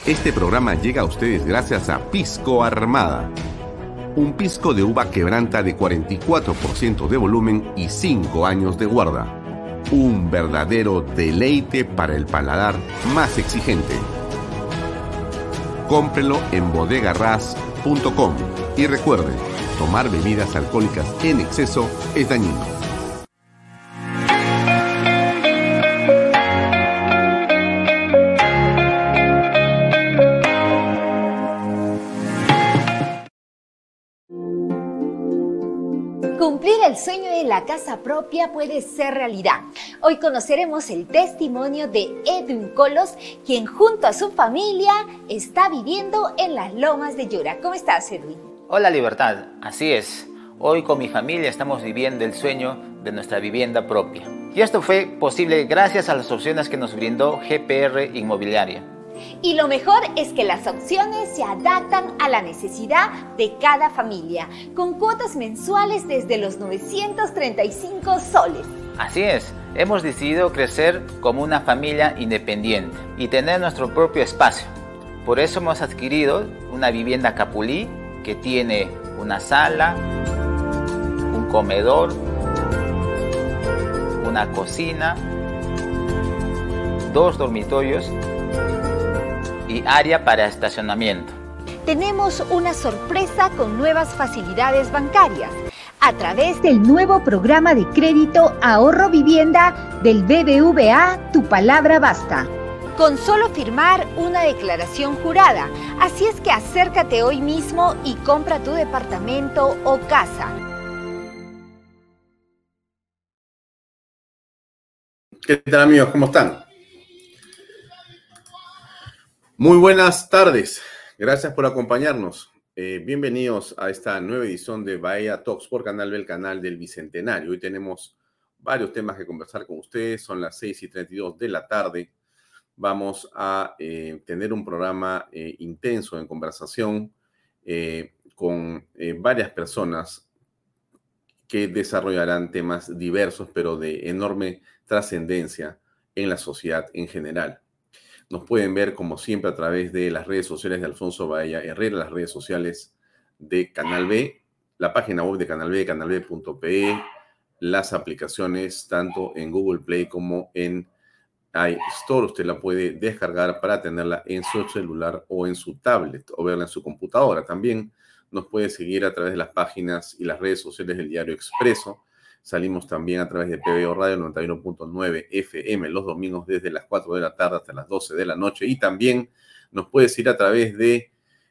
Este programa llega a ustedes gracias a Pisco Armada. Un pisco de uva quebranta de 44% de volumen y 5 años de guarda. Un verdadero deleite para el paladar más exigente. Cómprelo en bodegarras.com y recuerde, tomar bebidas alcohólicas en exceso es dañino. Cumplir el sueño de la casa propia puede ser realidad. Hoy conoceremos el testimonio de Edwin Colos, quien junto a su familia está viviendo en las Lomas de Yura. ¿Cómo estás, Edwin? Hola, Libertad. Así es. Hoy con mi familia estamos viviendo el sueño de nuestra vivienda propia. Y esto fue posible gracias a las opciones que nos brindó GPR Inmobiliaria. Y lo mejor es que las opciones se adaptan a la necesidad de cada familia, con cuotas mensuales desde los 935 soles. Así es, hemos decidido crecer como una familia independiente y tener nuestro propio espacio. Por eso hemos adquirido una vivienda Capulí que tiene una sala, un comedor, una cocina, 2 dormitorios y área para estacionamiento. Tenemos una sorpresa con nuevas facilidades bancarias a través del nuevo programa de crédito Ahorro Vivienda del BBVA Tu Palabra Basta. Con solo firmar una declaración jurada. Así es que acércate hoy mismo y compra tu departamento o casa. ¿Qué tal, amigos? ¿Cómo están? Muy buenas tardes. Gracias por acompañarnos. Bienvenidos a esta nueva edición de Bahía Talks por Canal B, el canal del Bicentenario. Hoy tenemos varios temas que conversar con ustedes. Son las 6:32 de la tarde. Vamos a tener un programa intenso en conversación con varias personas que desarrollarán temas diversos, pero de enorme trascendencia en la sociedad en general. Nos pueden ver, como siempre, a través de las redes sociales de Alfonso Bahía Herrera, las redes sociales de Canal B, la página web de Canal B, canalb.pe, las aplicaciones tanto en Google Play como en iStore. Usted la puede descargar para tenerla en su celular o en su tablet o verla en su computadora. También nos puede seguir a través de las páginas y las redes sociales del Diario Expreso. Salimos también a través de PBO Radio 91.9 FM los domingos desde las 4 de la tarde hasta las 12 de la noche. Y también nos puede seguir a través de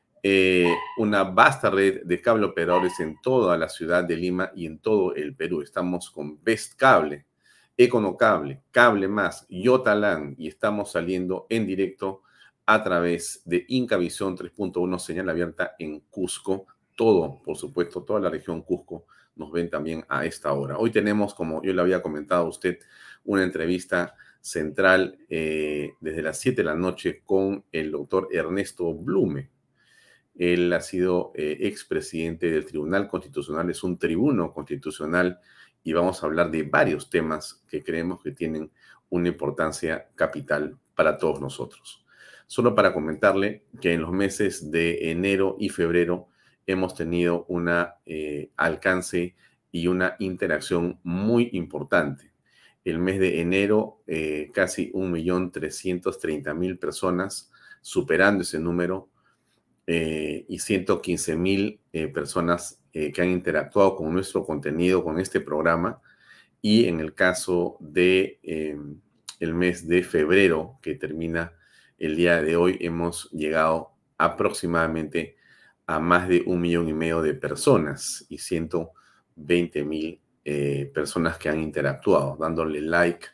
una vasta red de cable operadores en toda la ciudad de Lima y en todo el Perú. Estamos con Best Cable, Econocable, Cable Más, Yotalan, y estamos saliendo en directo a través de Incavisión 3.1, señal abierta en Cusco. Todo, por supuesto, toda la región Cusco nos ven también a esta hora. Hoy tenemos, como yo le había comentado a usted, una entrevista central desde las 7 de la noche con el doctor Ernesto Blume. Él ha sido expresidente del Tribunal Constitucional, es un tribuno constitucional, y vamos a hablar de varios temas que creemos que tienen una importancia capital para todos nosotros. Solo para comentarle que en los meses de enero y febrero hemos tenido un alcance y una interacción muy importante. El mes de enero, casi 1.330.000 personas, superando ese número, y 115.000 personas que han interactuado con nuestro contenido, con este programa. Y en el caso de el mes de febrero, que termina el día de hoy, hemos llegado aproximadamente a más de 1,5 millones de personas y 120.000 personas que han interactuado, dándole like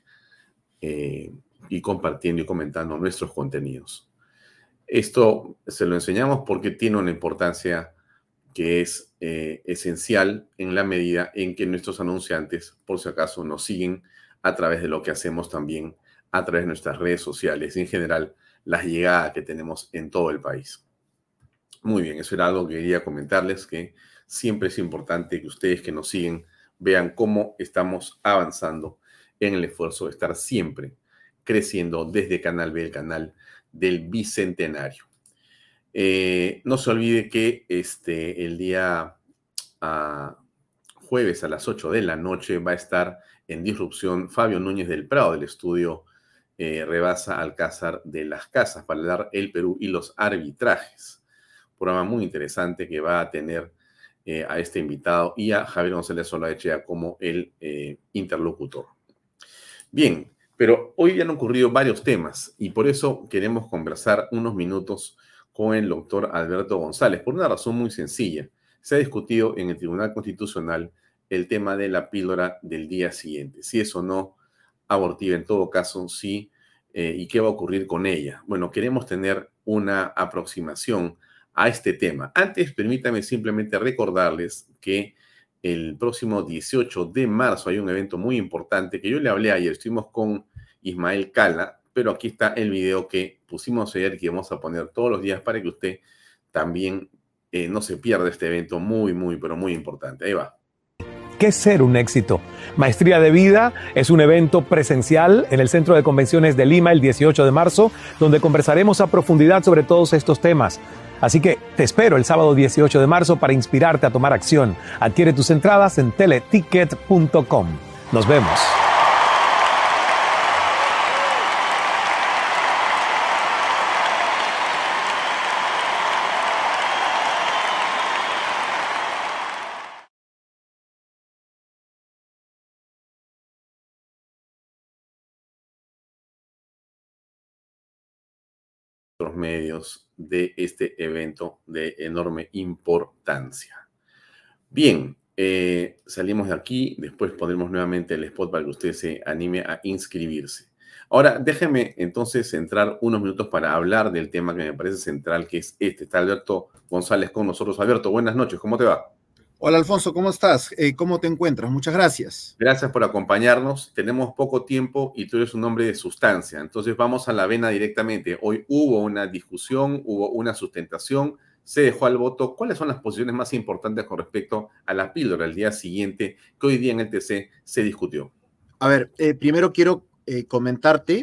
y compartiendo y comentando nuestros contenidos. Esto se lo enseñamos porque tiene una importancia que es esencial en la medida en que nuestros anunciantes, por si acaso, nos siguen a través de lo que hacemos también a través de nuestras redes sociales y en general la llegada que tenemos en todo el país. Muy bien, eso era algo que quería comentarles, que siempre es importante que ustedes que nos siguen vean cómo estamos avanzando en el esfuerzo de estar siempre creciendo desde Canal B, el canal del Bicentenario. No se olvide que el día jueves a las 8 de la noche va a estar en Disrupción Fabio Núñez del Prado, del estudio Rebasa Alcázar de las Casas, para dar el Perú y los arbitrajes. Un programa muy interesante que va a tener a este invitado y a Javier González Solaechea como el interlocutor. Bien, pero hoy ya han ocurrido varios temas y por eso queremos conversar unos minutos con el doctor Alberto González, por una razón muy sencilla. Se ha discutido en el Tribunal Constitucional el tema de la píldora del día siguiente, si es o no abortiva, en todo caso, sí, y qué va a ocurrir con ella. Bueno, queremos tener una aproximación a este tema. Antes, permítame simplemente recordarles que el próximo 18 de marzo hay un evento muy importante que yo le hablé ayer. Estuvimos con Ismael Cala, pero aquí está el video que pusimos ayer que vamos a poner todos los días para que usted también no se pierda este evento muy, pero muy importante. Ahí va. ¿Qué es ser un éxito? Maestría de Vida es un evento presencial en el Centro de Convenciones de Lima el 18 de marzo, donde conversaremos a profundidad sobre todos estos temas. Así que te espero el sábado 18 de marzo para inspirarte a tomar acción. Adquiere tus entradas en teleticket.com. Nos vemos. Los medios de este evento de enorme importancia. Bien, salimos de aquí, después pondremos nuevamente el spot para que usted se anime a inscribirse. Ahora, déjeme entonces entrar unos minutos para hablar del tema que me parece central, que es este. Está Alberto González con nosotros. Alberto, buenas noches, ¿cómo te va? Hola Alfonso, ¿cómo estás? ¿Cómo te encuentras? Muchas gracias. Gracias por acompañarnos. Tenemos poco tiempo y tú eres un hombre de sustancia. Entonces vamos a la vena directamente. Hoy hubo una discusión, hubo una sustentación, se dejó al voto. ¿Cuáles son las posiciones más importantes con respecto a la píldora el día siguiente que hoy día en el TC se discutió? A ver, primero quiero comentarte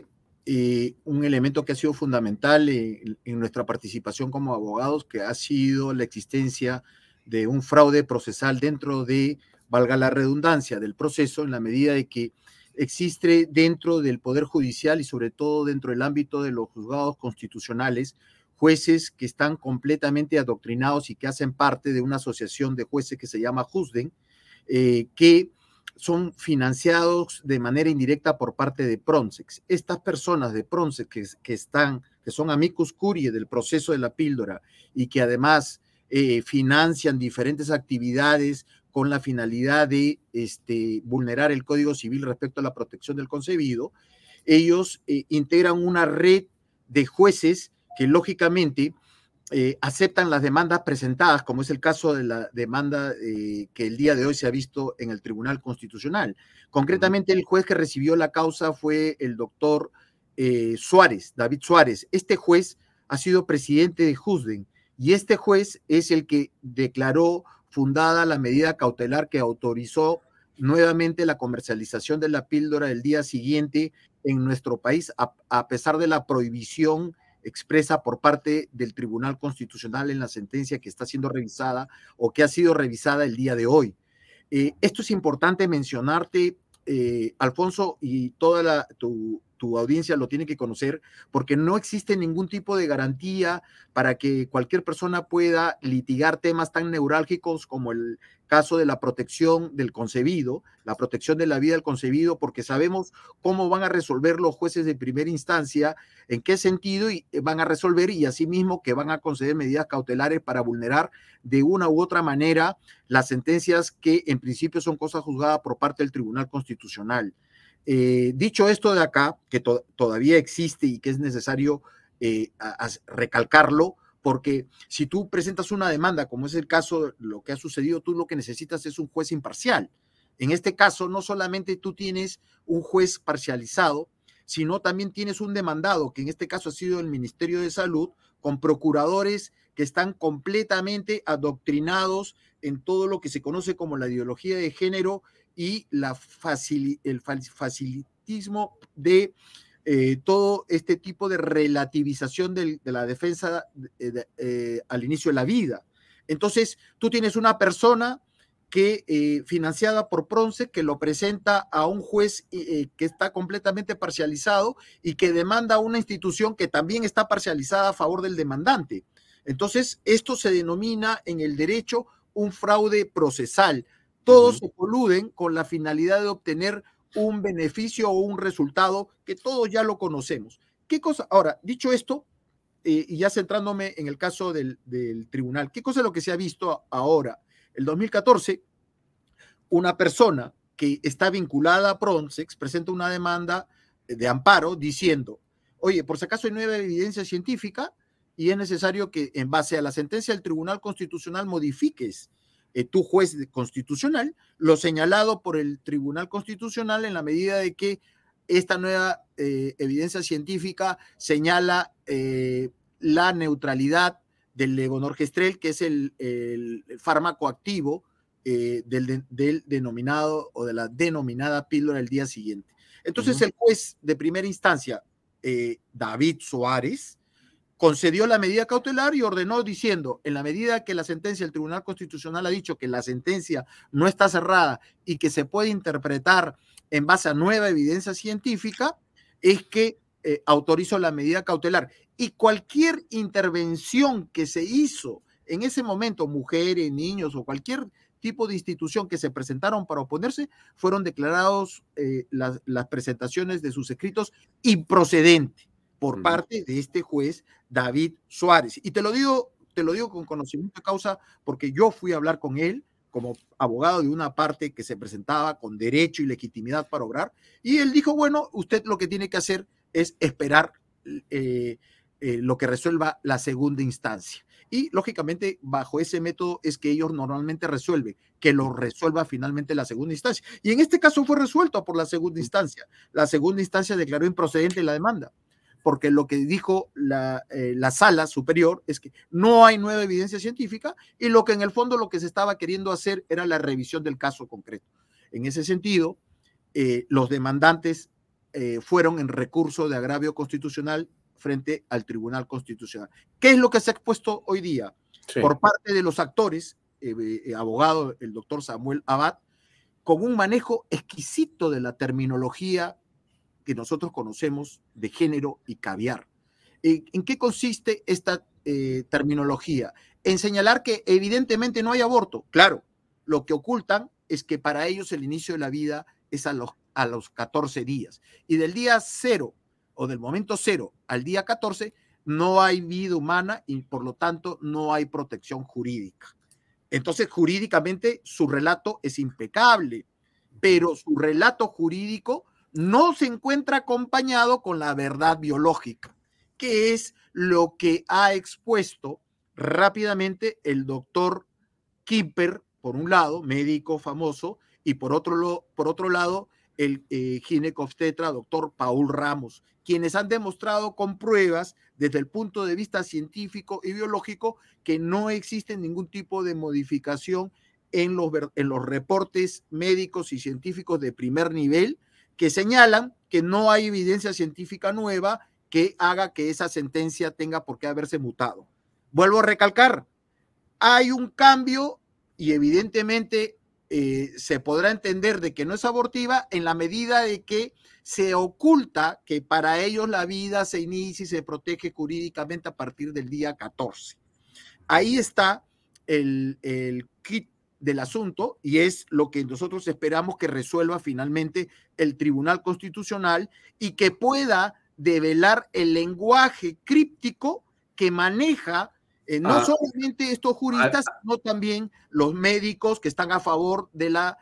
un elemento que ha sido fundamental en nuestra participación como abogados, que ha sido la existencia de un fraude procesal dentro de, valga la redundancia, del proceso, en la medida de que existe dentro del Poder Judicial y sobre todo dentro del ámbito de los juzgados constitucionales, jueces que están completamente adoctrinados y que hacen parte de una asociación de jueces que se llama JUSDEN, que son financiados de manera indirecta por parte de Pronsex. Estas personas de Pronsex que son amicus curiae del proceso de la píldora y que además financian diferentes actividades con la finalidad de vulnerar el Código Civil respecto a la protección del concebido, ellos integran una red de jueces que lógicamente aceptan las demandas presentadas, como es el caso de la demanda que el día de hoy se ha visto en el Tribunal Constitucional. Concretamente, el juez que recibió la causa fue el doctor Suárez, David Suárez. Este juez ha sido presidente de JUSDEN y este juez es el que declaró fundada la medida cautelar que autorizó nuevamente la comercialización de la píldora el día siguiente en nuestro país, a pesar de la prohibición expresa por parte del Tribunal Constitucional en la sentencia que está siendo revisada o que ha sido revisada el día de hoy. Esto es importante mencionarte, Alfonso, y toda tu audiencia lo tiene que conocer, porque no existe ningún tipo de garantía para que cualquier persona pueda litigar temas tan neurálgicos como el caso de la protección del concebido, la protección de la vida del concebido, porque sabemos cómo van a resolver los jueces de primera instancia, en qué sentido van a resolver y asimismo que van a conceder medidas cautelares para vulnerar de una u otra manera las sentencias que en principio son cosas juzgadas por parte del Tribunal Constitucional. Dicho esto de acá, que todavía existe y que es necesario recalcarlo, porque si tú presentas una demanda, como es el caso, lo que ha sucedido, tú lo que necesitas es un juez imparcial. En este caso, no solamente tú tienes un juez parcializado, sino también tienes un demandado, que en este caso ha sido el Ministerio de Salud, con procuradores que están completamente adoctrinados en todo lo que se conoce como la ideología de género y el facilitismo de todo este tipo de relativización de la defensa al inicio de la vida. Entonces, tú tienes una persona que financiada por Pronce, que lo presenta a un juez que está completamente parcializado y que demanda a una institución que también está parcializada a favor del demandante. Entonces, esto se denomina en el derecho un fraude procesal. Todos se coluden con la finalidad de obtener un beneficio o un resultado que todos ya lo conocemos. ¿Qué cosa? Ahora, dicho esto, y ya centrándome en el caso del tribunal, ¿qué cosa es lo que se ha visto ahora? El 2014, una persona que está vinculada a Pronsex presenta una demanda de amparo diciendo, oye, por si acaso hay nueva evidencia científica y es necesario que en base a la sentencia del Tribunal Constitucional modifiques tu juez constitucional lo señalado por el Tribunal Constitucional en la medida de que esta nueva evidencia científica señala la neutralidad del levonorgestrel, que es el fármaco activo del denominado o de la denominada píldora del día siguiente. Entonces el juez de primera instancia, David Suárez, concedió la medida cautelar y ordenó diciendo, en la medida que la sentencia del Tribunal Constitucional ha dicho que la sentencia no está cerrada y que se puede interpretar en base a nueva evidencia científica, es que autorizo la medida cautelar. Y cualquier intervención que se hizo en ese momento, mujeres, niños o cualquier tipo de institución que se presentaron para oponerse, fueron declarados las presentaciones de sus escritos improcedentes por parte de este juez David Suárez. Y te lo digo con conocimiento de causa porque yo fui a hablar con él como abogado de una parte que se presentaba con derecho y legitimidad para obrar, y él dijo, bueno, usted lo que tiene que hacer es esperar lo que resuelva la segunda instancia. Y, lógicamente, bajo ese método es que ellos normalmente resuelven, que lo resuelva finalmente la segunda instancia. Y en este caso fue resuelto por la segunda instancia. La segunda instancia declaró improcedente la demanda, porque lo que dijo la sala superior es que no hay nueva evidencia científica y lo que en el fondo lo que se estaba queriendo hacer era la revisión del caso concreto. En ese sentido, los demandantes fueron en recurso de agravio constitucional frente al Tribunal Constitucional. ¿Qué es lo que se ha expuesto hoy día? Sí. Por parte de los actores, abogado, el doctor Samuel Abad, con un manejo exquisito de la terminología que nosotros conocemos de género y caviar. ¿En qué consiste esta terminología? En señalar que evidentemente no hay aborto. Claro, lo que ocultan es que para ellos el inicio de la vida es a los 14 días. Y del día 0 o del momento 0 al día 14 no hay vida humana y por lo tanto no hay protección jurídica. Entonces, jurídicamente su relato es impecable, pero su relato jurídico no se encuentra acompañado con la verdad biológica, que es lo que ha expuesto rápidamente el doctor Kipper, por un lado, médico famoso, y por otro lado, el ginecobstetra doctor Paul Ramos, quienes han demostrado con pruebas desde el punto de vista científico y biológico que no existe ningún tipo de modificación en los reportes médicos y científicos de primer nivel que señalan que no hay evidencia científica nueva que haga que esa sentencia tenga por qué haberse mutado. Vuelvo a recalcar, hay un cambio y evidentemente se podrá entender de que no es abortiva en la medida de que se oculta que para ellos la vida se inicia y se protege jurídicamente a partir del día 14. Ahí está el kit del asunto y es lo que nosotros esperamos que resuelva finalmente el Tribunal Constitucional y que pueda develar el lenguaje críptico que maneja no solamente estos juristas, sino también los médicos que están a favor de la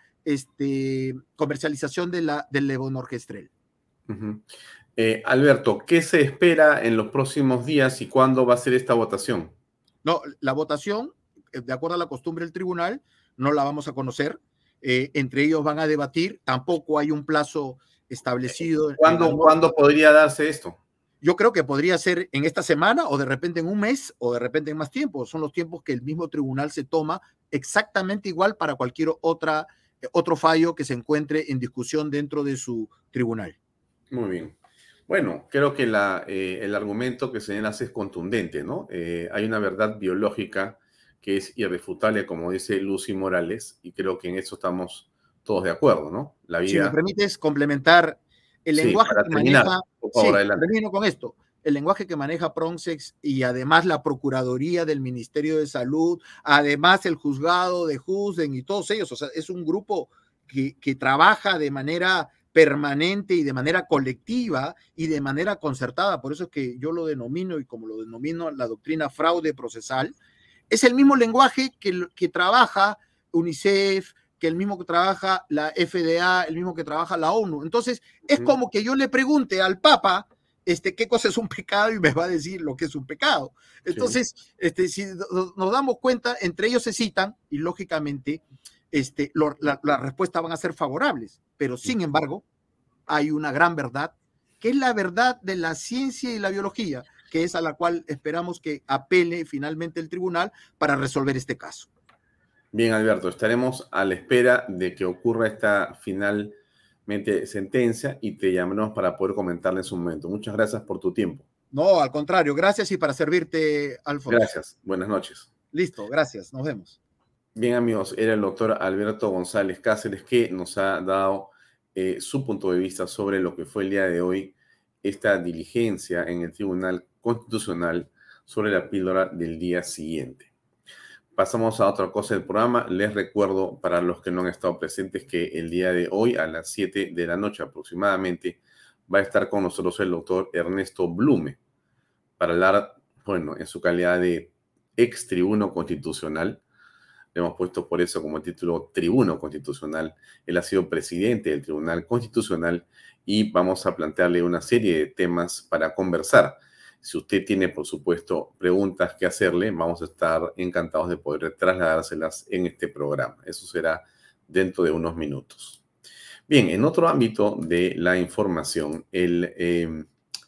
comercialización del levonorgestrel. Alberto, ¿qué se espera en los próximos días y cuándo va a ser esta votación? No, la votación, de acuerdo a la costumbre del tribunal, no la vamos a conocer. Entre ellos van a debatir, tampoco hay un plazo establecido. ¿Cuándo podría darse esto? Yo creo que podría ser en esta semana o de repente en un mes o de repente en más tiempo. Son los tiempos que el mismo tribunal se toma exactamente igual para cualquier otro fallo que se encuentre en discusión dentro de su tribunal. Muy bien. Bueno, creo que el argumento que señalas es contundente, ¿no? Hay una verdad biológica que es irrefutable, como dice Lucy Morales, y creo que en eso estamos todos de acuerdo, ¿no? La Si me vida, permites complementar el sí, lenguaje para que terminar, maneja, por favor, sí, adelante. termino con esto. El lenguaje que maneja Pronsex y además la Procuraduría del Ministerio de Salud, además el juzgado de Juzden y todos ellos, o sea, es un grupo que trabaja de manera permanente y de manera colectiva y de manera concertada. Por eso es que yo lo denomino, y como lo denomino la doctrina fraude procesal, es el mismo lenguaje que trabaja UNICEF, que el mismo que trabaja la FDA, el mismo que trabaja la ONU. Entonces, es como que yo le pregunte al Papa qué cosa es un pecado y me va a decir lo que es un pecado. Entonces, sí. Si nos damos cuenta, entre ellos se citan y lógicamente las respuestas van a ser favorables, pero sin embargo, hay una gran verdad, que es la verdad de la ciencia y la biología, que es a la cual esperamos que apele finalmente el tribunal para resolver este caso. Bien, Alberto, estaremos a la espera de que ocurra esta finalmente sentencia y te llamaremos para poder comentarle en su momento. Muchas gracias por tu tiempo. No, al contrario, gracias y para servirte, Alfonso. Gracias, buenas noches. Listo, gracias, nos vemos. Bien, amigos, era el doctor Alberto González Cáceres que nos ha dado su punto de vista sobre lo que fue el día de hoy esta diligencia en el Tribunal Constitucional sobre la píldora del día siguiente. Pasamos a otra cosa del programa. Les recuerdo, para los que no han estado presentes, que el día de hoy, a las 7 de la noche aproximadamente, va a estar con nosotros el doctor Ernesto Blume para hablar, bueno, en su calidad de ex tribuno constitucional. Le hemos puesto por eso como título Tribuno Constitucional. Él ha sido presidente del Tribunal Constitucional y vamos a plantearle una serie de temas para conversar. Si usted tiene, por supuesto, preguntas que hacerle, vamos a estar encantados de poder trasladárselas en este programa. Eso será dentro de unos minutos. Bien, en otro ámbito de la información, el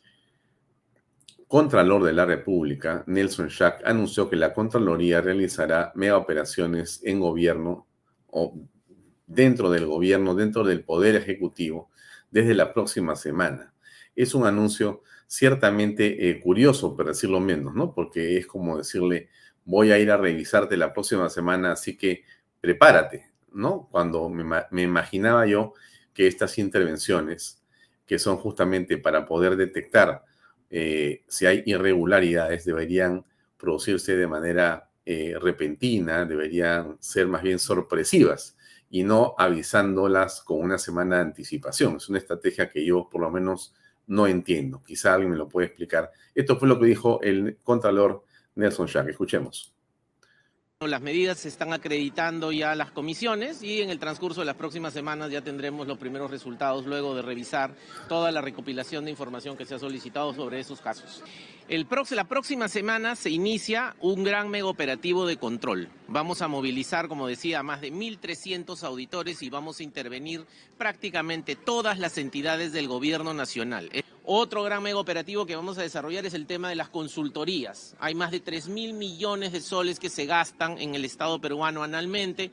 Contralor de la República, Nelson Schack, anunció que la Contraloría realizará mega operaciones en gobierno o dentro del gobierno, dentro del Poder Ejecutivo, desde la próxima semana. Es un anuncio ciertamente curioso, por decirlo menos, ¿no? Porque es como decirle, voy a ir a revisarte la próxima semana, así que prepárate, ¿no? Cuando me imaginaba yo que estas intervenciones, que son justamente para poder detectar si hay irregularidades, deberían producirse de manera repentina, deberían ser más bien sorpresivas y no avisándolas con una semana de anticipación. Es una estrategia que yo por lo menos no entiendo. Quizá alguien me lo puede explicar. Esto fue lo que dijo el Contralor Nelson Schack. Escuchemos. Las medidas se están acreditando ya las comisiones y en el transcurso de las próximas semanas ya tendremos los primeros resultados luego de revisar toda la recopilación de información que se ha solicitado sobre esos casos. La próxima semana se inicia un gran mega operativo de control. Vamos a movilizar, como decía, a más de 1.300 auditores y vamos a intervenir prácticamente todas las entidades del gobierno nacional. Otro gran mega operativo que vamos a desarrollar es el tema de las consultorías. Hay más de 3.000 millones de soles que se gastan en el Estado peruano anualmente.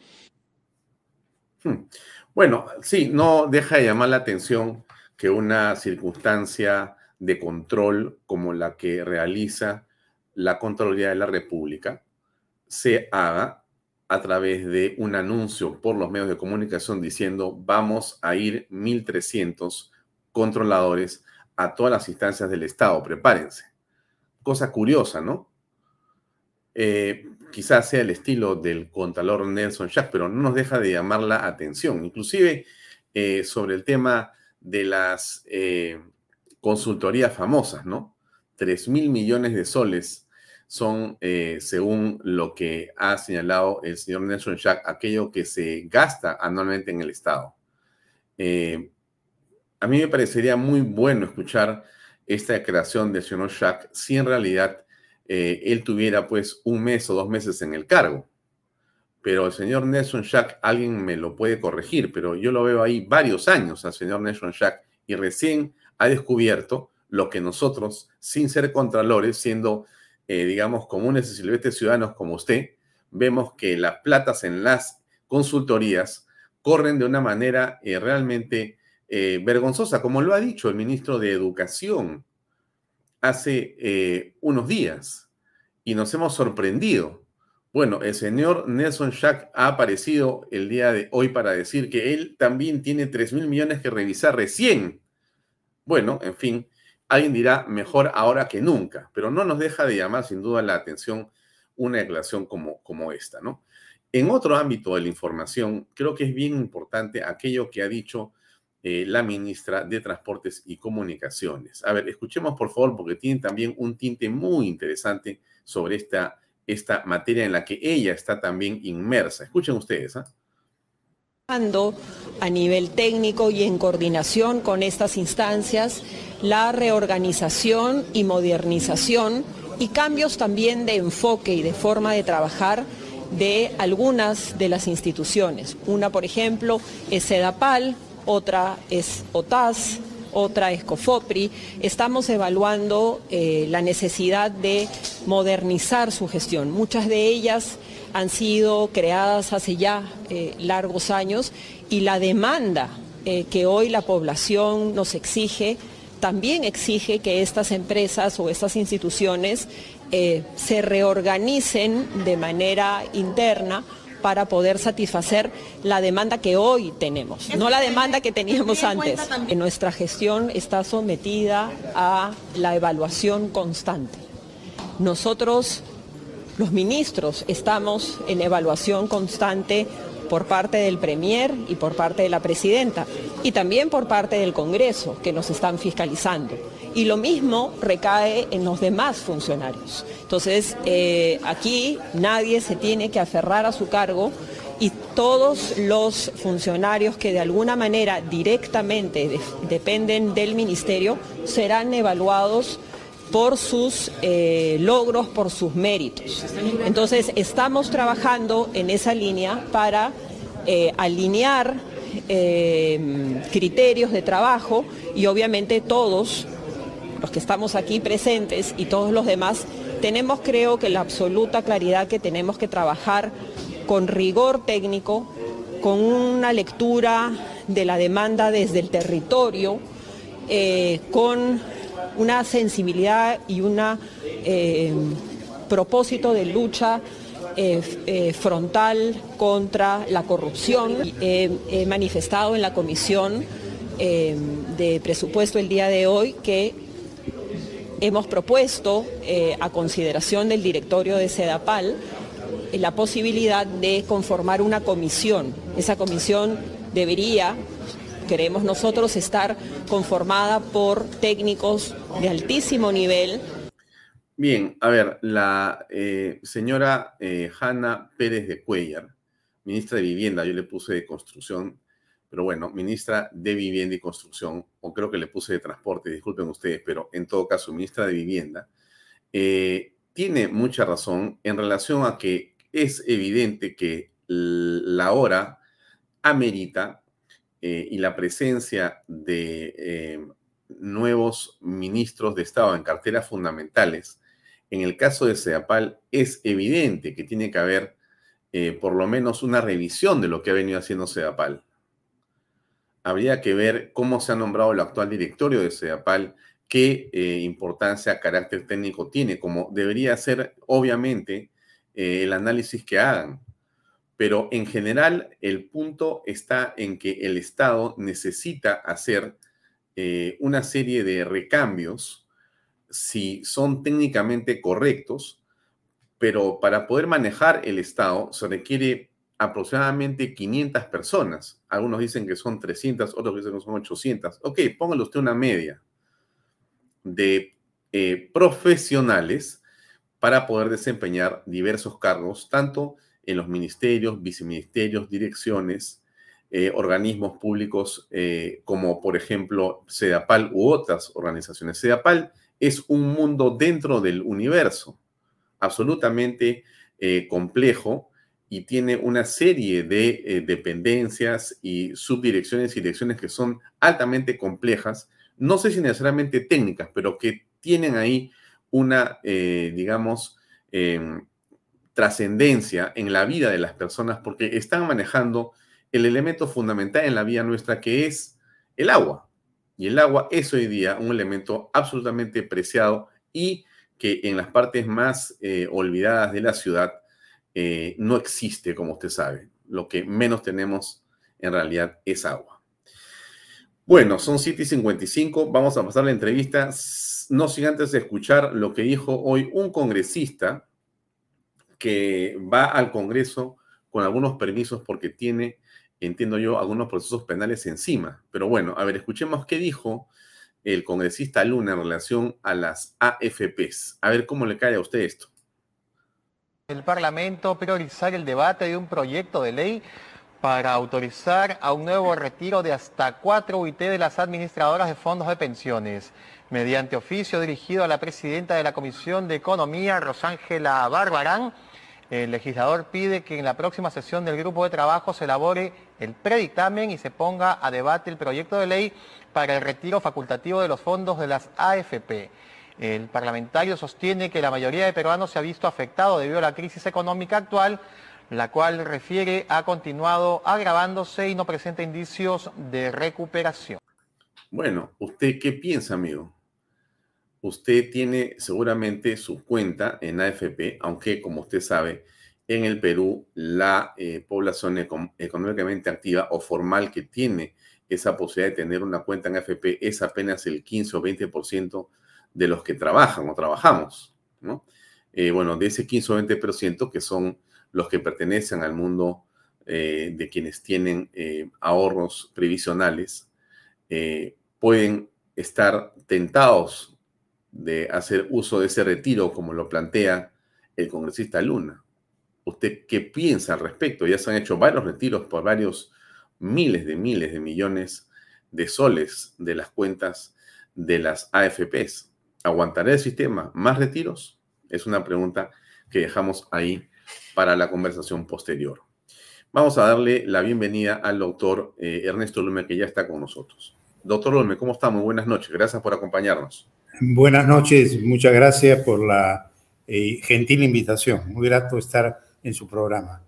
Bueno, sí, no deja de llamar la atención que una circunstancia de control como la que realiza la Contraloría de la República se haga a través de un anuncio por los medios de comunicación diciendo vamos a ir 1.300 controladores a todas las instancias del Estado, prepárense. Cosa curiosa, ¿no? Quizás sea el estilo del Contralor Nelson Schack, pero no nos deja de llamar la atención. Inclusive sobre el tema de las consultorías famosas, ¿no? 3.000 millones de soles son, según lo que ha señalado el señor Nelson Schack, aquello que se gasta anualmente en el Estado. A mí me parecería muy bueno escuchar esta declaración del señor Schack si en realidad él tuviera pues un mes o 2 meses en el cargo. Pero el señor Nelson Schack, alguien me lo puede corregir, pero yo lo veo ahí varios años al señor Nelson Schack y recién ha descubierto lo que nosotros, sin ser contralores, siendo, digamos, comunes y silvestres ciudadanos como usted, vemos que las platas en las consultorías corren de una manera realmente vergonzosa, como lo ha dicho el ministro de Educación hace unos días, y nos hemos sorprendido. Bueno, el señor Nelson Schack ha aparecido el día de hoy para decir que él también tiene 3.000 millones que revisar recién. Bueno, en fin, alguien dirá mejor ahora que nunca, pero no nos deja de llamar sin duda la atención una declaración como esta, ¿no? En otro ámbito de la información, creo que es bien importante aquello que ha dicho la ministra de Transportes y Comunicaciones. A ver, escuchemos por favor, porque tiene también un tinte muy interesante sobre esta materia en la que ella está también inmersa. Escuchen ustedes, ¿ah? A nivel técnico y en coordinación con estas instancias, la reorganización y modernización y cambios también de enfoque y de forma de trabajar de algunas de las instituciones. Una, por ejemplo, es SEDAPAL, otra es OTAS, otra es COFOPRI. Estamos evaluando la necesidad de modernizar su gestión. Muchas de ellas han sido creadas hace ya largos años y la demanda que hoy la población nos exige también exige que estas empresas o estas instituciones se reorganicen de manera interna para poder satisfacer la demanda que hoy tenemos, no la demanda que teníamos antes. Nuestra gestión está sometida a la evaluación constante. Nosotros, los ministros, estamos en evaluación constante por parte del Premier y por parte de la Presidenta, y también por parte del Congreso, que nos están fiscalizando. Y lo mismo recae en los demás funcionarios. Entonces, aquí nadie se tiene que aferrar a su cargo y todos los funcionarios que de alguna manera directamente dependen del Ministerio serán evaluados por sus logros, por sus méritos. Entonces, estamos trabajando en esa línea para alinear criterios de trabajo y obviamente todos los que estamos aquí presentes y todos los demás tenemos, creo que la absoluta claridad que tenemos que trabajar con rigor técnico, con una lectura de la demanda desde el territorio, con una sensibilidad y un propósito de lucha frontal contra la corrupción. He manifestado en la comisión de presupuesto el día de hoy que hemos propuesto a consideración del directorio de SEDAPAL la posibilidad de conformar una comisión. Esa comisión debería, queremos nosotros, estar conformada por técnicos de altísimo nivel. Bien, a ver, la señora Hanna Pérez de Cuéllar, ministra de Vivienda, yo le puse de Construcción, pero bueno, ministra de Vivienda y Construcción, o creo que le puse de Transporte, disculpen ustedes, pero en todo caso, ministra de Vivienda, tiene mucha razón en relación a que es evidente que la hora amerita y la presencia de nuevos ministros de Estado en carteras fundamentales. En el caso de SEDAPAL es evidente que tiene que haber por lo menos una revisión de lo que ha venido haciendo SEDAPAL. Habría que ver cómo se ha nombrado el actual directorio de SEDAPAL, qué importancia, carácter técnico tiene, como debería ser obviamente el análisis que hagan. Pero en general el punto está en que el Estado necesita hacer una serie de recambios si son técnicamente correctos, pero para poder manejar el Estado se requiere aproximadamente 500 personas. Algunos dicen que son 300, otros dicen que son 800. Ok, póngale usted una media de profesionales para poder desempeñar diversos cargos, tanto en los ministerios, viceministerios, direcciones, organismos públicos como por ejemplo SEDAPAL u otras organizaciones. SEDAPAL es un mundo dentro del universo, absolutamente complejo, y tiene una serie de dependencias y subdirecciones y direcciones que son altamente complejas, no sé si necesariamente técnicas, pero que tienen ahí una, digamos, trascendencia en la vida de las personas porque están manejando el elemento fundamental en la vida nuestra, que es el agua. Y el agua es hoy día un elemento absolutamente preciado y que en las partes más olvidadas de la ciudad no existe, como usted sabe. Lo que menos tenemos en realidad es agua. Bueno, son 7:55. Vamos a pasar la entrevista, no sin antes escuchar lo que dijo hoy un congresista que va al Congreso con algunos permisos porque tiene, entiendo yo, algunos procesos penales encima. Pero bueno, a ver, escuchemos qué dijo el congresista Luna en relación a las AFPs. A ver cómo le cae a usted esto. El Parlamento priorizar el debate de un proyecto de ley para autorizar a un nuevo retiro de hasta 4 UIT de las administradoras de fondos de pensiones. Mediante oficio dirigido a la presidenta de la Comisión de Economía, Rosángela Barbarán, el legislador pide que en la próxima sesión del grupo de trabajo se elabore el predictamen y se ponga a debate el proyecto de ley para el retiro facultativo de los fondos de las AFP. El parlamentario sostiene que la mayoría de peruanos se ha visto afectado debido a la crisis económica actual, la cual refiere ha continuado agravándose y no presenta indicios de recuperación. Bueno, ¿usted qué piensa, amigo? Usted tiene seguramente su cuenta en AFP, aunque como usted sabe, en el Perú la población económicamente activa o formal que tiene esa posibilidad de tener una cuenta en AFP es apenas el 15 o 20% de los que trabajan o trabajamos, ¿no? Bueno, de ese 15 o 20% que son los que pertenecen al mundo de quienes tienen ahorros previsionales, pueden estar tentados de hacer uso de ese retiro como lo plantea el congresista Luna. ¿Usted qué piensa al respecto? Ya se han hecho varios retiros por varios miles de millones de soles de las cuentas de las AFPs. ¿Aguantará el sistema más retiros? Es una pregunta que dejamos ahí para la conversación posterior. Vamos a darle la bienvenida al doctor Ernesto Lume, que ya está con nosotros. Doctor Lume, ¿cómo está? Muy buenas noches. Gracias por acompañarnos. Buenas noches. Muchas gracias por la gentil invitación. Muy grato estar en su programa.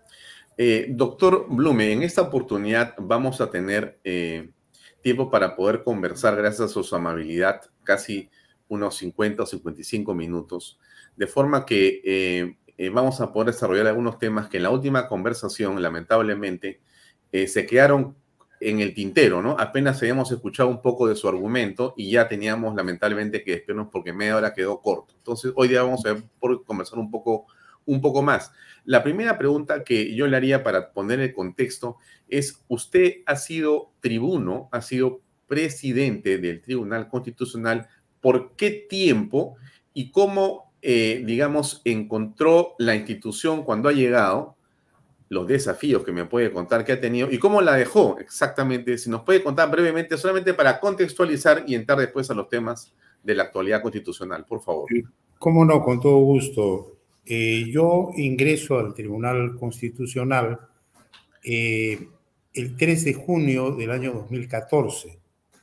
Doctor Blume, en esta oportunidad vamos a tener tiempo para poder conversar, gracias a su amabilidad, casi unos 50 o 55 minutos, de forma que vamos a poder desarrollar algunos temas que en la última conversación, lamentablemente, se quedaron en el tintero, ¿no? Apenas habíamos escuchado un poco de su argumento y ya teníamos, lamentablemente, que despedirnos porque media hora quedó corto. Entonces, hoy día vamos a conversar un poco más. La primera pregunta que yo le haría para poner el contexto es, usted ha sido tribuno, ha sido presidente del Tribunal Constitucional, ¿por qué tiempo y cómo, digamos, encontró la institución cuando ha llegado, los desafíos que me puede contar que ha tenido y cómo la dejó exactamente? Si nos puede contar brevemente, solamente para contextualizar y entrar después a los temas de la actualidad constitucional, por favor. Cómo no, con todo gusto. Yo ingreso al Tribunal Constitucional el 3 de junio del año 2014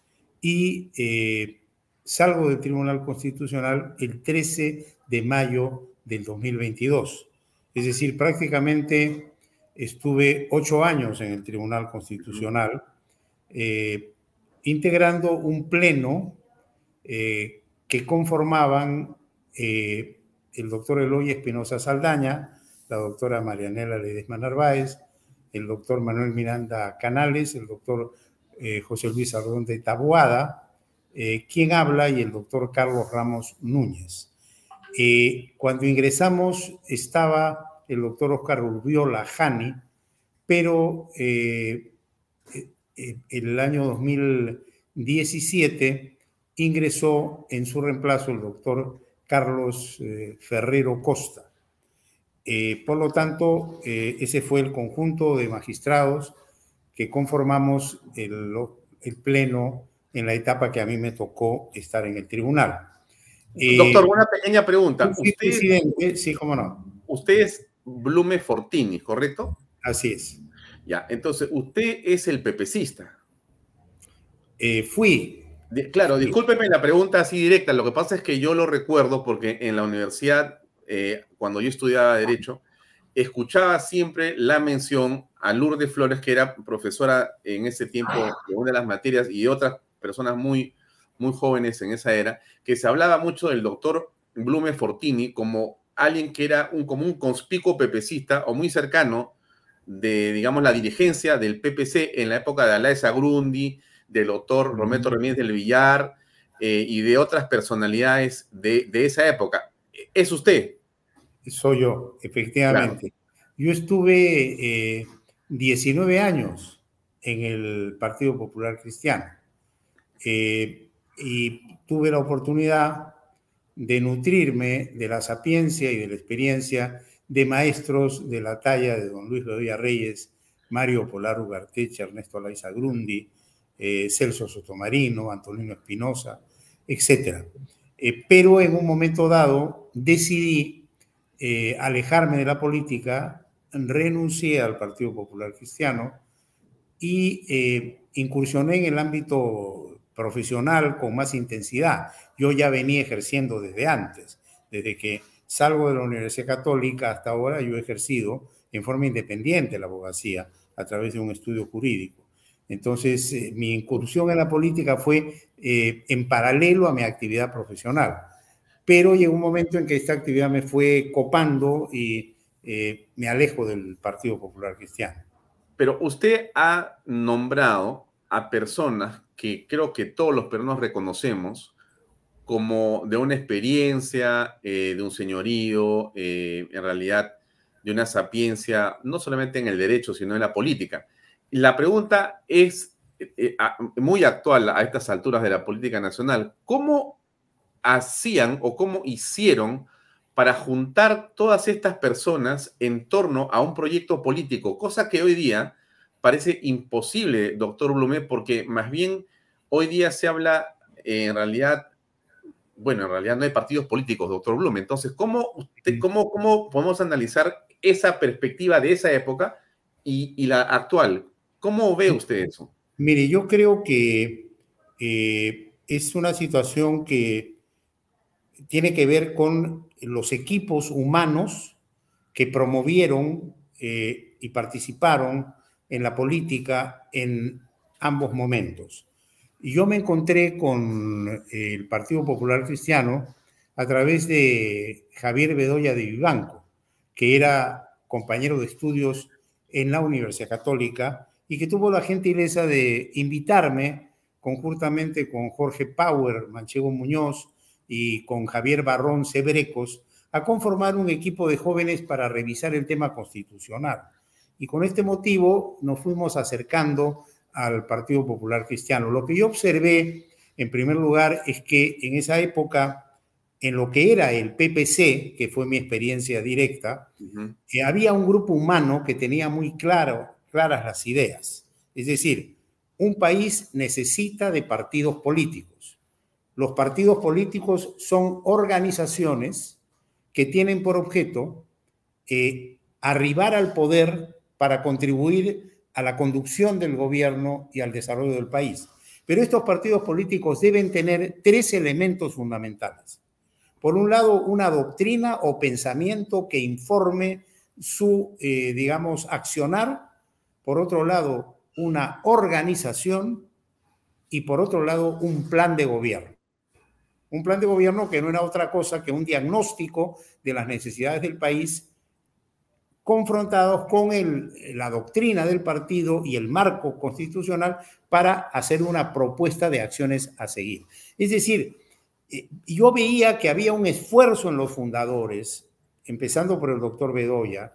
y salgo del Tribunal Constitucional el 13 de mayo del 2022. Es decir, prácticamente estuve 8 años en el Tribunal Constitucional integrando un pleno que conformaban el doctor Eloy Espinosa Saldaña, la doctora Marianela Ledesma Narváez, el doctor Manuel Miranda Canales, el doctor José Luis Arredondo de Taboada, quien habla, y el doctor Carlos Ramos Núñez. Cuando ingresamos estaba el doctor Oscar Urbiola Jani, pero el año 2017 ingresó en su reemplazo el doctor Carlos Ferrero Costa. Por lo tanto, ese fue el conjunto de magistrados que conformamos el pleno en la etapa que a mí me tocó estar en el tribunal. Doctor, una pequeña pregunta. ¿Usted, presidente? Sí, cómo no. Usted es Blume Fortini, ¿correcto? Así es. Ya, entonces, usted es el pepecista. Fui. Claro, discúlpeme la pregunta así directa. Lo que pasa es que yo lo recuerdo porque en la universidad, cuando yo estudiaba Derecho, escuchaba siempre la mención a Lourdes Flores, que era profesora en ese tiempo de una de las materias, y otras personas muy, muy jóvenes en esa era, que se hablaba mucho del doctor Blume Fortini como alguien que era como un conspicuo pepecista o muy cercano de, digamos, la dirigencia del PPC en la época de Alain Sagrundi, del doctor Roberto Ramírez del Villar y de otras personalidades de esa época. ¿Es usted? Soy yo, efectivamente. Claro. Yo estuve 19 años en el Partido Popular Cristiano y tuve la oportunidad de nutrirme de la sapiencia y de la experiencia de maestros de la talla de don Luis Bedoya Reyes, Mario Polar Ugarteche, Ernesto Alain Sagrundi, Celso Sotomarino, Antonino Espinosa, etc. Pero en un momento dado decidí alejarme de la política, renuncié al Partido Popular Cristiano y incursioné en el ámbito profesional con más intensidad. Yo ya venía ejerciendo desde antes, desde que salgo de la Universidad Católica hasta ahora. Yo he ejercido en forma independiente la abogacía a través de un estudio jurídico. Entonces, mi incursión en la política fue en paralelo a mi actividad profesional. Pero llegó un momento en que esta actividad me fue copando y me alejo del Partido Popular Cristiano. Pero usted ha nombrado a personas que creo que todos los peruanos reconocemos como de una experiencia, de un señorío, en realidad de una sapiencia, no solamente en el derecho, sino en la política. La pregunta es muy actual a estas alturas de la política nacional. ¿Cómo hacían o cómo hicieron para juntar todas estas personas en torno a un proyecto político? Cosa que hoy día parece imposible, doctor Blume, porque más bien hoy día se habla en realidad no hay partidos políticos, doctor Blume. Entonces, ¿cómo podemos analizar esa perspectiva de esa época y la actual? ¿Cómo ve usted eso? Mire, yo creo que es una situación que tiene que ver con los equipos humanos que promovieron y participaron en la política en ambos momentos. Y yo me encontré con el Partido Popular Cristiano a través de Javier Bedoya de Vivanco, que era compañero de estudios en la Universidad Católica y que tuvo la gentileza de invitarme conjuntamente con Jorge Power Manchego Muñoz y con Javier Barrón Sebrecos a conformar un equipo de jóvenes para revisar el tema constitucional. Y con este motivo nos fuimos acercando al Partido Popular Cristiano. Lo que yo observé, en primer lugar, es que en esa época, en lo que era el PPC, que fue mi experiencia directa, había un grupo humano que tenía muy claras las ideas. Es decir, un país necesita de partidos políticos. Los partidos políticos son organizaciones que tienen por objeto arribar al poder para contribuir a la conducción del gobierno y al desarrollo del país. Pero estos partidos políticos deben tener tres elementos fundamentales. Por un lado, una doctrina o pensamiento que informe su, accionar. Por otro lado, una organización. Y por otro lado, un plan de gobierno. Un plan de gobierno que no era otra cosa que un diagnóstico de las necesidades del país confrontados con la doctrina del partido y el marco constitucional para hacer una propuesta de acciones a seguir. Es decir, yo veía que había un esfuerzo en los fundadores, empezando por el doctor Bedoya,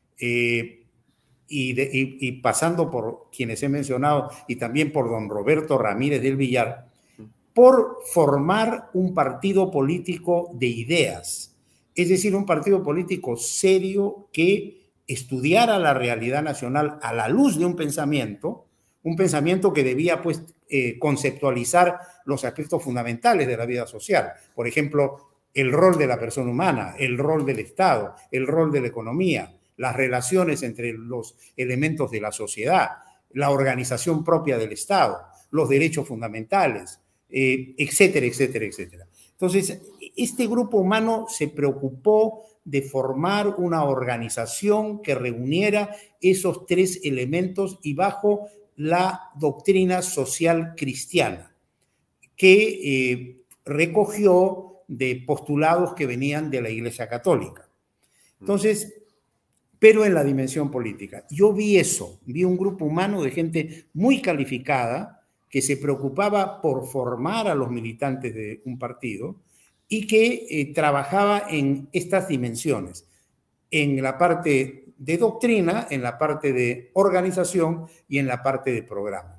y pasando por quienes he mencionado, y también por don Roberto Ramírez del Villar, por formar un partido político de ideas. Es decir, un partido político serio que estudiara la realidad nacional a la luz de un pensamiento que debía conceptualizar los aspectos fundamentales de la vida social. Por ejemplo, el rol de la persona humana, el rol del Estado, el rol de la economía, las relaciones entre los elementos de la sociedad, la organización propia del Estado, los derechos fundamentales, etcétera, etcétera, etcétera. Entonces, este grupo humano se preocupó de formar una organización que reuniera esos tres elementos y bajo la doctrina social cristiana, que recogió de postulados que venían de la Iglesia Católica. Entonces, pero en la dimensión política. Yo vi eso, vi un grupo humano de gente muy calificada que se preocupaba por formar a los militantes de un partido y que trabajaba en estas dimensiones, en la parte de doctrina, en la parte de organización y en la parte de programa.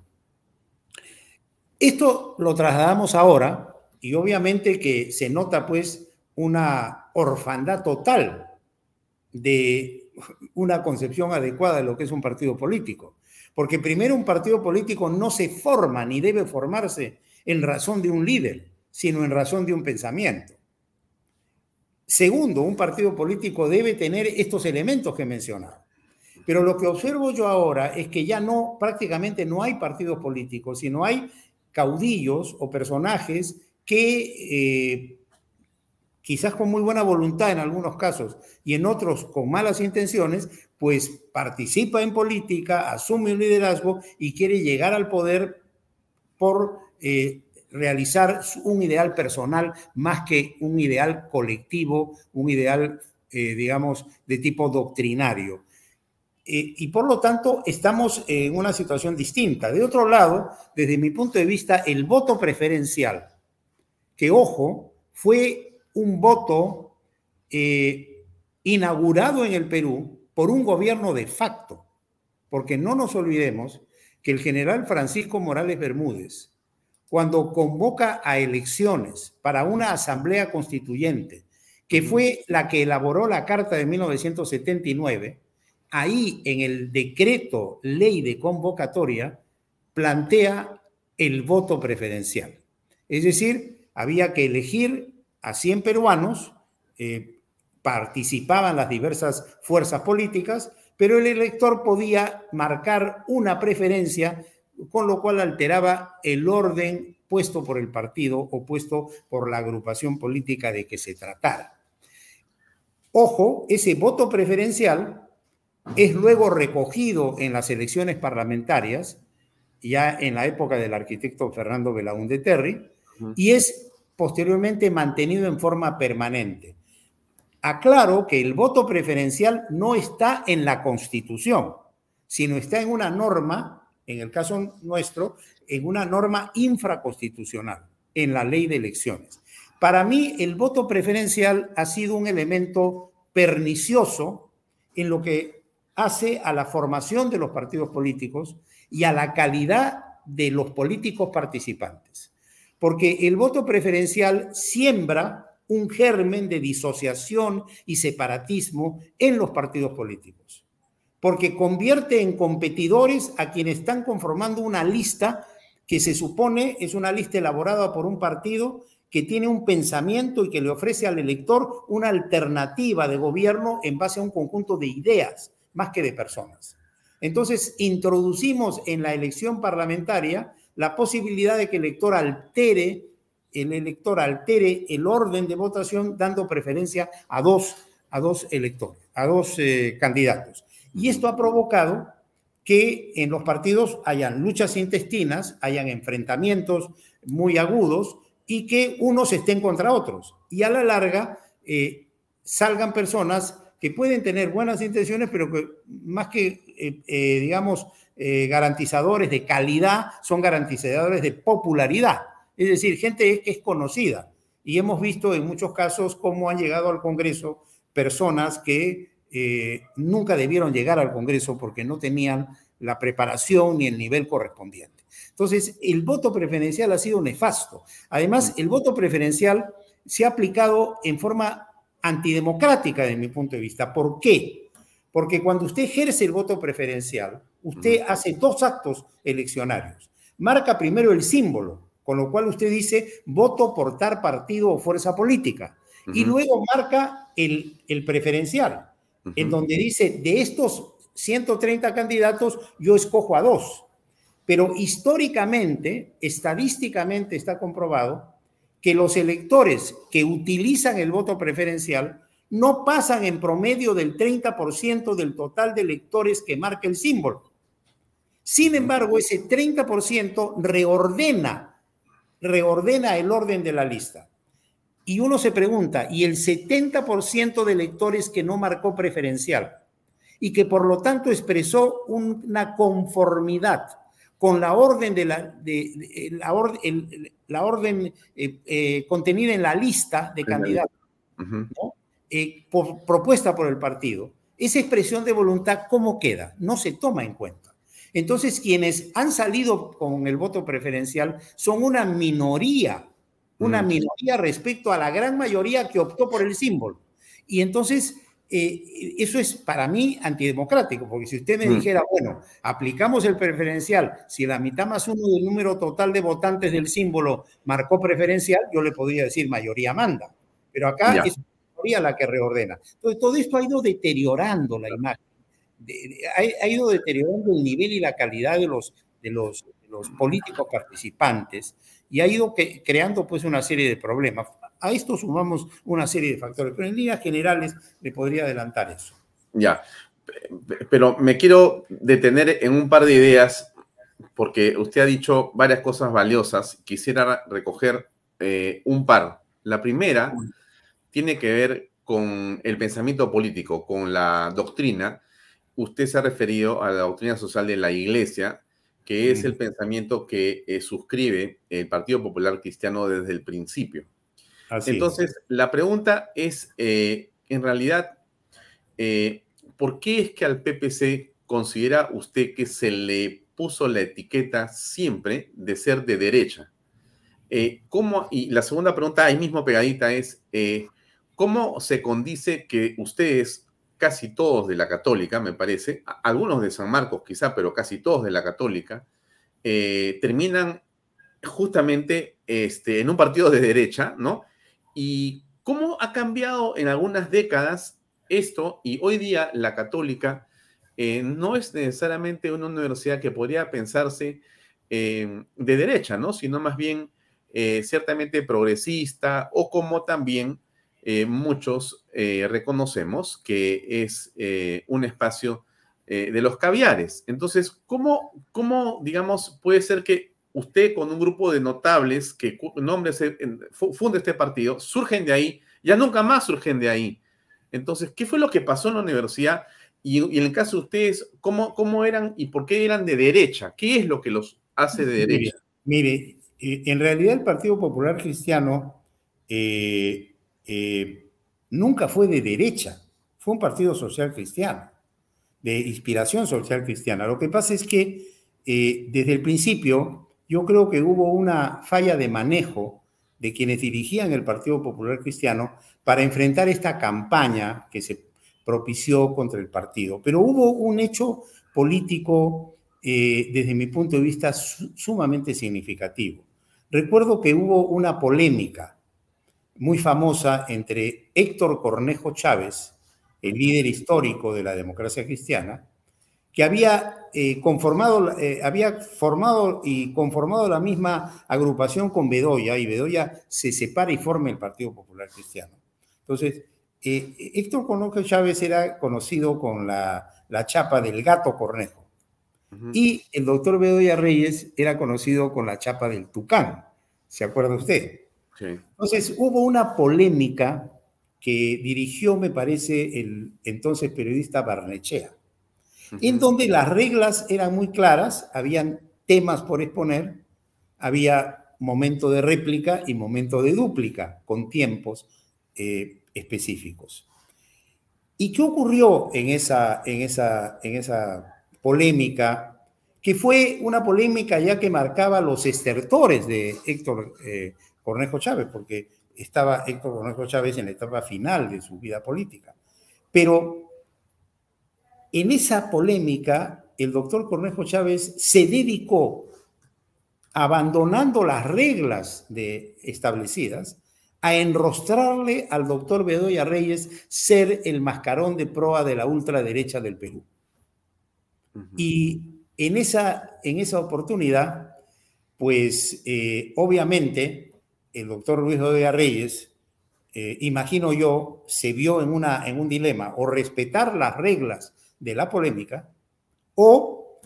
Esto lo trasladamos ahora y obviamente que se nota pues una orfandad total de una concepción adecuada de lo que es un partido político. Porque primero, un partido político no se forma ni debe formarse en razón de un líder, sino en razón de un pensamiento. Segundo, un partido político debe tener estos elementos que he mencionado. Pero lo que observo yo ahora es que ya no, prácticamente no hay partidos políticos, sino hay caudillos o personajes que quizás con muy buena voluntad en algunos casos y en otros con malas intenciones, pues participa en política, asume un liderazgo y quiere llegar al poder por realizar un ideal personal más que un ideal colectivo, un ideal, digamos, de tipo doctrinario. Y por lo tanto, estamos en una situación distinta. De otro lado, desde mi punto de vista, el voto preferencial, que, ojo, fue un voto inaugurado en el Perú por un gobierno de facto, porque no nos olvidemos que el general Francisco Morales Bermúdez, cuando convoca a elecciones para una asamblea constituyente, que fue la que elaboró la Carta de 1979, ahí en el decreto ley de convocatoria plantea el voto preferencial. Es decir, había que elegir a 100 peruanos, participaban las diversas fuerzas políticas, pero el elector podía marcar una preferencia, con lo cual alteraba el orden puesto por el partido o puesto por la agrupación política de que se tratara. Ojo, ese voto preferencial es luego recogido en las elecciones parlamentarias, ya en la época del arquitecto Fernando Belaúnde Terry, y es posteriormente mantenido en forma permanente. Aclaro que el voto preferencial no está en la Constitución, sino está en una norma, en el caso nuestro, en una norma infraconstitucional, en la ley de elecciones. Para mí, el voto preferencial ha sido un elemento pernicioso en lo que hace a la formación de los partidos políticos y a la calidad de los políticos participantes. Porque el voto preferencial siembra un germen de disociación y separatismo en los partidos políticos, porque convierte en competidores a quienes están conformando una lista que se supone es una lista elaborada por un partido que tiene un pensamiento y que le ofrece al elector una alternativa de gobierno en base a un conjunto de ideas, más que de personas. Entonces, introducimos en la elección parlamentaria la posibilidad de que el elector altere el orden de votación dando preferencia a dos electores, a dos candidatos. Y esto ha provocado que en los partidos hayan luchas intestinas, hayan enfrentamientos muy agudos y que unos estén contra otros. Y a la larga salgan personas que pueden tener buenas intenciones, pero que más que, garantizadores de calidad, son garantizadores de popularidad. Es decir, gente que es conocida. Y hemos visto en muchos casos cómo han llegado al Congreso personas que nunca debieron llegar al Congreso porque no tenían la preparación ni el nivel correspondiente. Entonces, el voto preferencial ha sido nefasto. Además, el voto preferencial se ha aplicado en forma antidemocrática desde mi punto de vista. ¿Por qué? Porque cuando usted ejerce el voto preferencial, usted hace dos actos eleccionarios. Marca primero el símbolo, con lo cual usted dice voto por tal partido o fuerza política. Y luego marca el preferencial, en donde dice de estos 130 candidatos yo escojo a 2. Pero históricamente, estadísticamente está comprobado que los electores que utilizan el voto preferencial no pasan en promedio del 30% del total de electores que marca el símbolo. Sin embargo, ese 30% reordena el orden de la lista. Y uno se pregunta, ¿y el 70% de electores que no marcó preferencial y que por lo tanto expresó una conformidad con la orden, contenida en la lista de candidatos, ¿no? Propuesta por el partido, esa expresión de voluntad, ¿cómo queda? No se toma en cuenta. Entonces, quienes han salido con el voto preferencial son una minoría respecto a la gran mayoría que optó por el símbolo. Y entonces, eso es para mí antidemocrático, porque si usted me dijera, bueno, aplicamos el preferencial, si la mitad más uno del número total de votantes del símbolo marcó preferencial, yo le podría decir mayoría manda. Pero acá es la mayoría la que reordena. Entonces, todo esto ha ido deteriorando la imagen, ha ido deteriorando el nivel y la calidad de los políticos participantes, y ha ido creando pues una serie de problemas. A esto sumamos una serie de factores, pero en líneas generales le podría adelantar eso. Ya, pero me quiero detener en un par de ideas, porque usted ha dicho varias cosas valiosas. Quisiera recoger un par. La primera tiene que ver con el pensamiento político, con la doctrina. Usted se ha referido a la doctrina social de la Iglesia, que es el pensamiento que suscribe el Partido Popular Cristiano desde el principio. Entonces, la pregunta es, en realidad, ¿por qué es que al PPC considera usted que se le puso la etiqueta siempre de ser de derecha? ¿Cómo? Y la segunda pregunta, ahí mismo pegadita, es, ¿cómo se condice que ustedes, casi todos de la Católica, me parece, algunos de San Marcos quizá, pero casi todos de la Católica, terminan justamente en un partido de derecha, ¿no? ¿Y cómo ha cambiado en algunas décadas esto? Y hoy día la Católica no es necesariamente una universidad que podría pensarse de derecha, ¿no? Sino más bien ciertamente progresista, o como también muchos reconocemos que es un espacio de los caviares. Entonces, ¿cómo, digamos, puede ser que usted con un grupo de notables que funde este partido, surgen de ahí, ya nunca más surgen de ahí? Entonces, ¿qué fue lo que pasó en la universidad? Y en el caso de ustedes, ¿cómo eran y por qué eran de derecha? ¿Qué es lo que los hace de derecha? Mire, en realidad el Partido Popular Cristiano nunca fue de derecha, fue un partido social cristiano, de inspiración social cristiana. Lo que pasa es que desde el principio yo creo que hubo una falla de manejo de quienes dirigían el Partido Popular Cristiano para enfrentar esta campaña que se propició contra el partido. Pero hubo un hecho político, desde mi punto de vista, sumamente significativo. Recuerdo que hubo una polémica muy famosa entre Héctor Cornejo Chávez, el líder histórico de la democracia cristiana, que había formado y conformado la misma agrupación con Bedoya, y Bedoya se separa y forma el Partido Popular Cristiano. Entonces, Héctor Cornejo Chávez era conocido con la chapa del Gato Cornejo, y el doctor Bedoya Reyes era conocido con la chapa del Tucán. ¿Se acuerda usted? Sí. Entonces, hubo una polémica que dirigió, me parece, el entonces periodista Barnechea, en donde las reglas eran muy claras, habían temas por exponer, había momento de réplica y momento de dúplica, con tiempos específicos. ¿Y qué ocurrió en esa polémica? Que fue una polémica ya que marcaba los estertores de Héctor Cornejo Chávez, porque estaba Héctor Cornejo Chávez en la etapa final de su vida política. Pero en esa polémica, el doctor Cornejo Chávez se dedicó, abandonando las reglas establecidas, a enrostrarle al doctor Bedoya Reyes ser el mascarón de proa de la ultraderecha del Perú. Y en esa oportunidad, pues obviamente el doctor Luis Bedoya Reyes imagino yo, se vio en un dilema: o respetar las reglas de la polémica o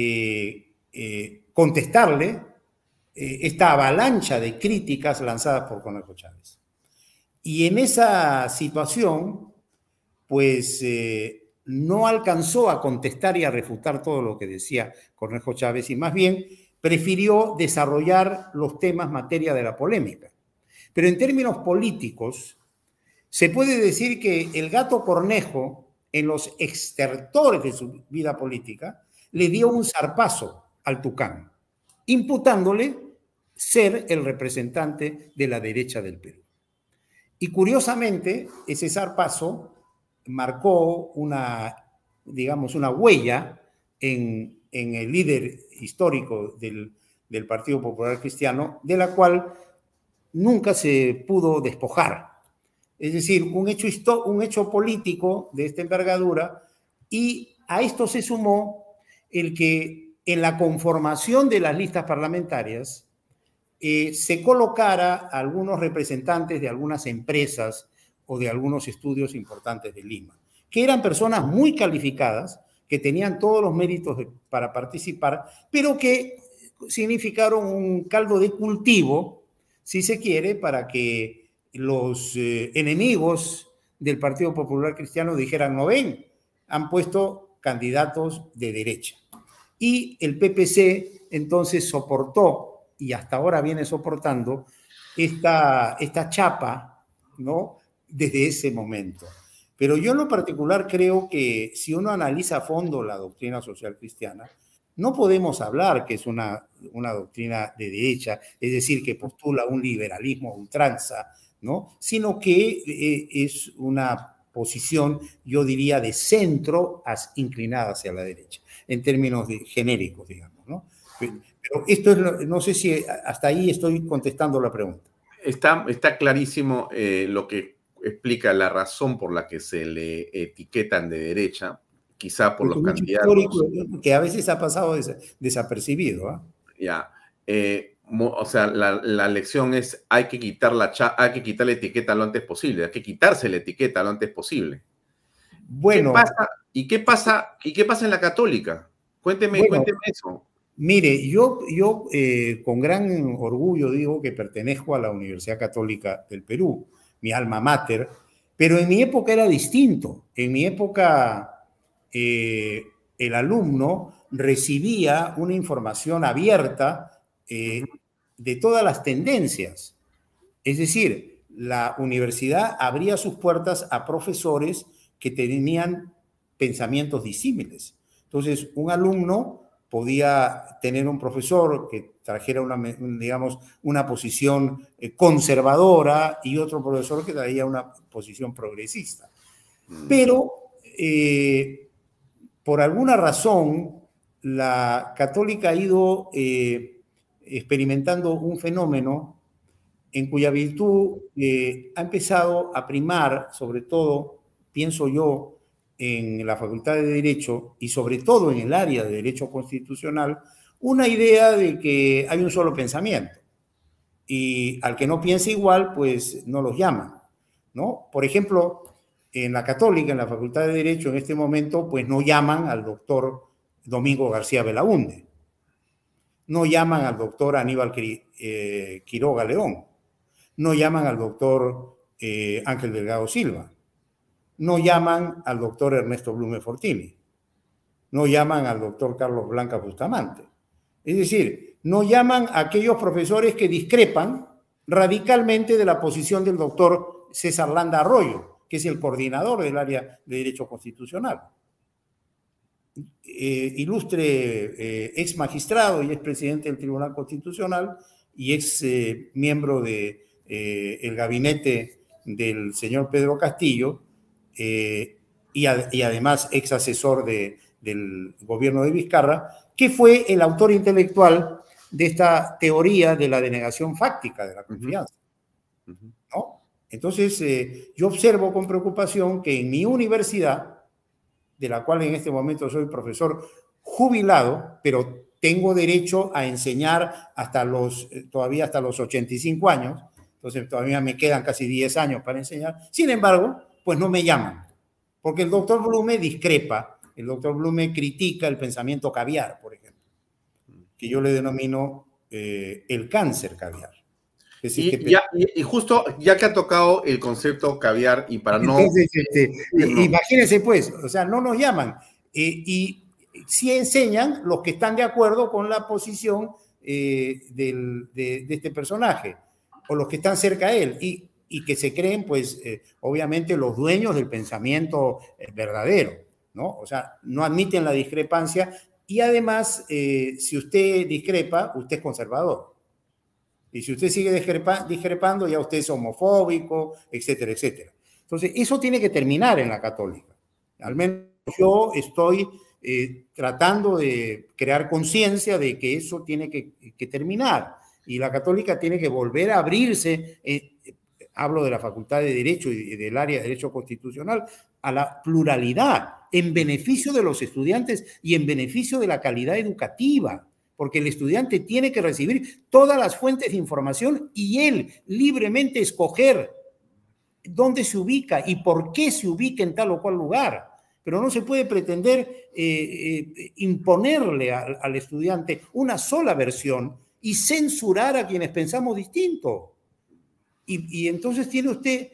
contestarle esta avalancha de críticas lanzadas por Cornejo Chávez. Y en esa situación, pues no alcanzó a contestar y a refutar todo lo que decía Cornejo Chávez, y más bien prefirió desarrollar los temas materia de la polémica. Pero en términos políticos, se puede decir que el gato Cornejo, en los estertores de su vida política, le dio un zarpazo al Tucán, imputándole ser el representante de la derecha del Perú. Y curiosamente, ese zarpazo marcó digamos, una huella en el líder histórico del Partido Popular Cristiano, de la cual nunca se pudo despojar. Es decir, un hecho político de esta envergadura, y a esto se sumó el que en la conformación de las listas parlamentarias se colocara a algunos representantes de algunas empresas o de algunos estudios importantes de Lima, que eran personas muy calificadas, que tenían todos los méritos para participar, pero que significaron un caldo de cultivo, si se quiere, para que los enemigos del Partido Popular Cristiano dijeran: no ven, han puesto candidatos de derecha. Y el PPC entonces soportó, y hasta ahora viene soportando, esta chapa, ¿no?, desde ese momento. Pero yo en lo particular creo que si uno analiza a fondo la doctrina social cristiana, no podemos hablar que es una doctrina de derecha, es decir, que postula un liberalismo a ultranza, ¿no?, sino que es una posición, yo diría, de centro inclinada hacia la derecha, en términos genéricos, digamos, ¿no? Pero esto es, no sé si hasta ahí estoy contestando la pregunta. Está clarísimo lo que explica la razón por la que se le etiquetan de derecha, quizá por los candidatos. Que a veces ha pasado desapercibido. Ya. O sea, la lección es: hay que quitar la etiqueta lo antes posible, hay que quitarse la etiqueta lo antes posible. Bueno. ¿Qué pasa en la Católica? Cuénteme eso. Mire, yo con gran orgullo digo que pertenezco a la Universidad Católica del Perú, mi alma mater, pero en mi época era distinto. En mi época el alumno recibía una información abierta de todas las tendencias. Es decir, la universidad abría sus puertas a profesores que tenían pensamientos disímiles. Entonces, un alumno podía tener un profesor que trajera una posición conservadora y otro profesor que traía una posición progresista. Pero por alguna razón la Católica ha ido experimentando un fenómeno en cuya virtud ha empezado a primar, sobre todo, pienso yo, en la Facultad de Derecho y sobre todo en el área de Derecho Constitucional, una idea de que hay un solo pensamiento y al que no piense igual, pues no los llaman, ¿no? Por ejemplo, en la Católica, en la Facultad de Derecho, en este momento, pues no llaman al doctor Domingo García Belaúnde, no llaman al doctor Aníbal Quiroga León, no llaman al doctor Ángel Delgado Silva, no llaman al doctor Ernesto Blume Fortini, no llaman al doctor Carlos Blanca Bustamante. Es decir, no llaman a aquellos profesores que discrepan radicalmente de la posición del doctor César Landa Arroyo, que es el coordinador del área de Derecho Constitucional. Ilustre ex magistrado y ex presidente del Tribunal Constitucional y ex miembro del gabinete del señor Pedro Castillo, y además ex asesor del gobierno de Vizcarra, que fue el autor intelectual de esta teoría de la denegación fáctica de la confianza, ¿no? Entonces, yo observo con preocupación que en mi universidad, de la cual en este momento soy profesor jubilado, pero tengo derecho a enseñar todavía hasta los 85 años, Entonces todavía me quedan casi 10 años para enseñar. Sin embargo, pues no me llaman, porque el doctor Blume discrepa, el doctor Blume critica el pensamiento caviar, por ejemplo, que yo le denomino el cáncer caviar. Es decir, y justo ya que ha tocado el concepto caviar y para no... Entonces, imagínense pues, o sea, no nos llaman. Y sí enseñan los que están de acuerdo con la posición de este personaje, o los que están cerca de él, y que se creen, pues, obviamente los dueños del pensamiento verdadero, ¿no? O sea, no admiten la discrepancia, y además, si usted discrepa, usted es conservador. Y si usted sigue discrepando, ya usted es homofóbico, etcétera, etcétera. Entonces, eso tiene que terminar en la católica. Al menos yo estoy tratando de crear conciencia de que eso tiene que terminar. Y la católica tiene que volver a abrirse, hablo de la Facultad de Derecho y del área de Derecho Constitucional, a la pluralidad, en beneficio de los estudiantes y en beneficio de la calidad educativa. Porque el estudiante tiene que recibir todas las fuentes de información y él libremente escoger dónde se ubica y por qué se ubica en tal o cual lugar. Pero no se puede pretender imponerle al estudiante una sola versión y censurar a quienes pensamos distinto. Y entonces tiene usted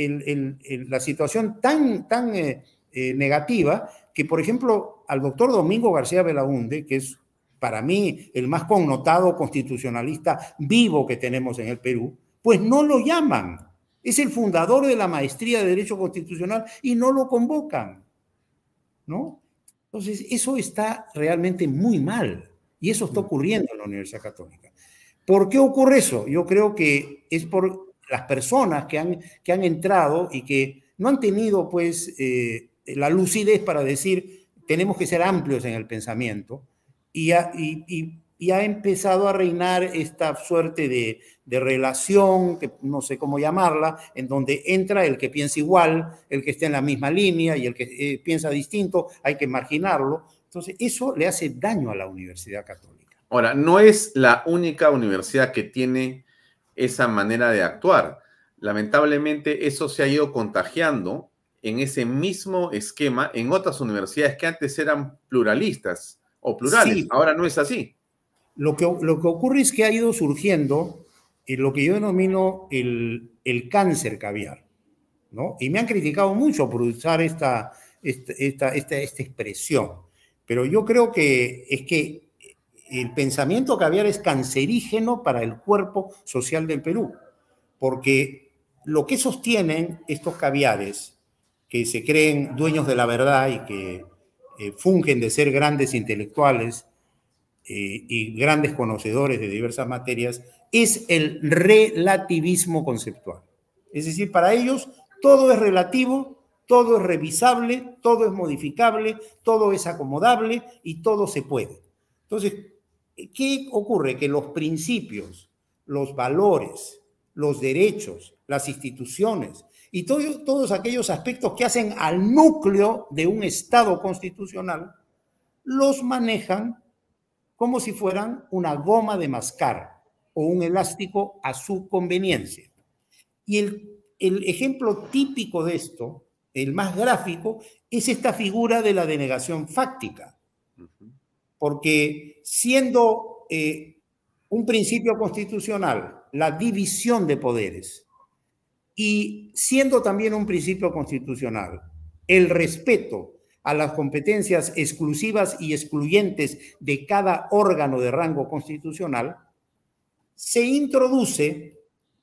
la situación tan negativa que, por ejemplo, al doctor Domingo García Belaúnde, que es para mí el más connotado constitucionalista vivo que tenemos en el Perú, pues no lo llaman. Es el fundador de la maestría de Derecho Constitucional y no lo convocan, ¿no? Entonces, eso está realmente muy mal y eso está ocurriendo en la Universidad Católica. ¿Por qué ocurre eso? Yo creo que es por las personas que han entrado y que no han tenido, pues, la lucidez para decir tenemos que ser amplios en el pensamiento. Y ha empezado a reinar esta suerte de relación, que no sé cómo llamarla, en donde entra el que piensa igual, el que está en la misma línea, y el que piensa distinto, hay que marginarlo. Entonces, eso le hace daño a la Universidad Católica. Ahora, no es la única universidad que tiene esa manera de actuar. Lamentablemente, eso se ha ido contagiando en ese mismo esquema en otras universidades que antes eran pluralistas o plurales. Sí. Ahora no es así. Lo que ocurre es que ha ido surgiendo lo que yo denomino el cáncer caviar, ¿no? Y me han criticado mucho por usar esta expresión, pero yo creo que es que el pensamiento caviar es cancerígeno para el cuerpo social del Perú, porque lo que sostienen estos caviares, que se creen dueños de la verdad y que fungen de ser grandes intelectuales y grandes conocedores de diversas materias, es el relativismo conceptual. Es decir, para ellos todo es relativo, todo es revisable, todo es modificable, todo es acomodable y todo se puede. Entonces, ¿qué ocurre? Que los principios, los valores, los derechos, las instituciones y todos aquellos aspectos que hacen al núcleo de un Estado constitucional, los manejan como si fueran una goma de mascar o un elástico a su conveniencia. Y el ejemplo típico de esto, el más gráfico, es esta figura de la denegación fáctica. Porque siendo un principio constitucional la división de poderes, y siendo también un principio constitucional el respeto a las competencias exclusivas y excluyentes de cada órgano de rango constitucional, se introduce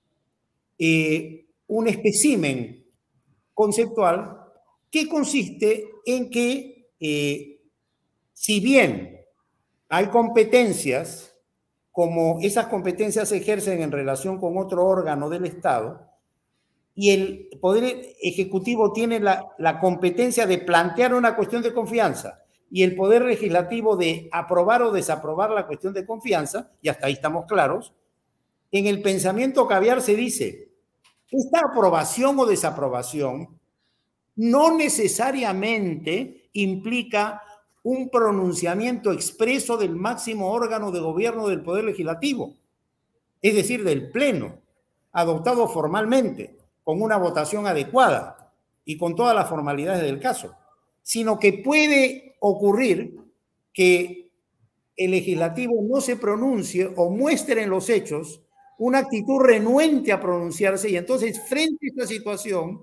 un espécimen conceptual que consiste en que si bien hay competencias, como esas competencias se ejercen en relación con otro órgano del Estado, y el Poder Ejecutivo tiene la competencia de plantear una cuestión de confianza y el Poder Legislativo de aprobar o desaprobar la cuestión de confianza, y hasta ahí estamos claros, en el pensamiento caviar se dice, esta aprobación o desaprobación no necesariamente implica un pronunciamiento expreso del máximo órgano de gobierno del Poder Legislativo, es decir, del Pleno. adoptado formalmente, con una votación adecuada y con todas las formalidades del caso, sino que puede ocurrir que el legislativo no se pronuncie o muestre en los hechos una actitud renuente a pronunciarse, y entonces frente a esta situación,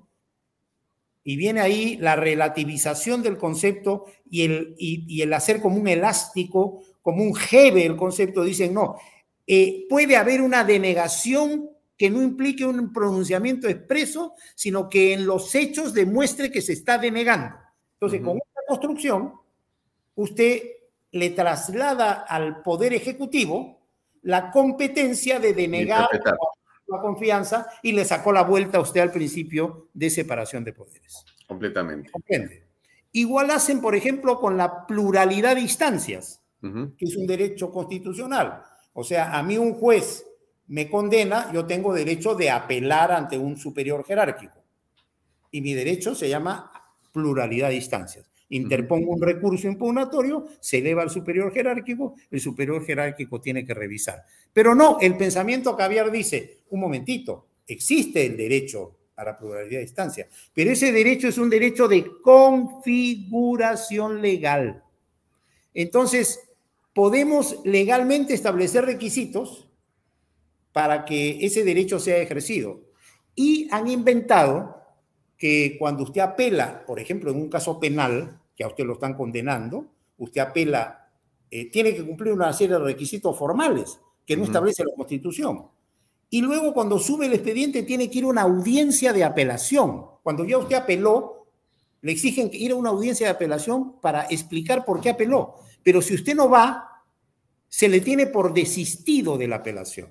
y viene ahí la relativización del concepto y el hacer como un elástico, como un jeve el concepto, dicen no, puede haber una denegación que no implique un pronunciamiento expreso, sino que en los hechos demuestre que se está denegando. Entonces, con esta construcción, usted le traslada al Poder Ejecutivo la competencia de denegar la confianza y le sacó la vuelta a usted al principio de separación de poderes. Completamente. ¿Comprende? Igual hacen, por ejemplo, con la pluralidad de instancias, que es un derecho constitucional. O sea, a mí un juez me condena, yo tengo derecho de apelar ante un superior jerárquico. Y mi derecho se llama pluralidad de instancias. Interpongo un recurso impugnatorio, se eleva al superior jerárquico, el superior jerárquico tiene que revisar. Pero no, el pensamiento caviar dice, un momentito, existe el derecho a la pluralidad de instancias, pero ese derecho es un derecho de configuración legal. Entonces, podemos legalmente establecer requisitos para que ese derecho sea ejercido. Y han inventado que cuando usted apela, por ejemplo, en un caso penal, que a usted lo están condenando, usted apela, tiene que cumplir una serie de requisitos formales que no establece la Constitución. Y luego cuando sube el expediente tiene que ir a una audiencia de apelación. Cuando ya usted apeló, le exigen ir a una audiencia de apelación para explicar por qué apeló. Pero si usted no va, se le tiene por desistido de la apelación.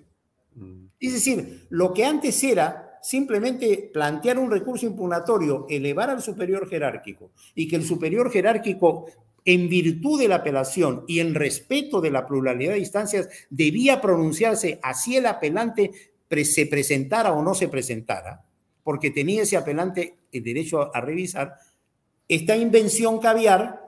Es decir, lo que antes era simplemente plantear un recurso impugnatorio, elevar al superior jerárquico y que el superior jerárquico, en virtud de la apelación y en respeto de la pluralidad de instancias, debía pronunciarse así el apelante se presentara o no se presentara, porque tenía ese apelante el derecho a revisar. Esta invención caviar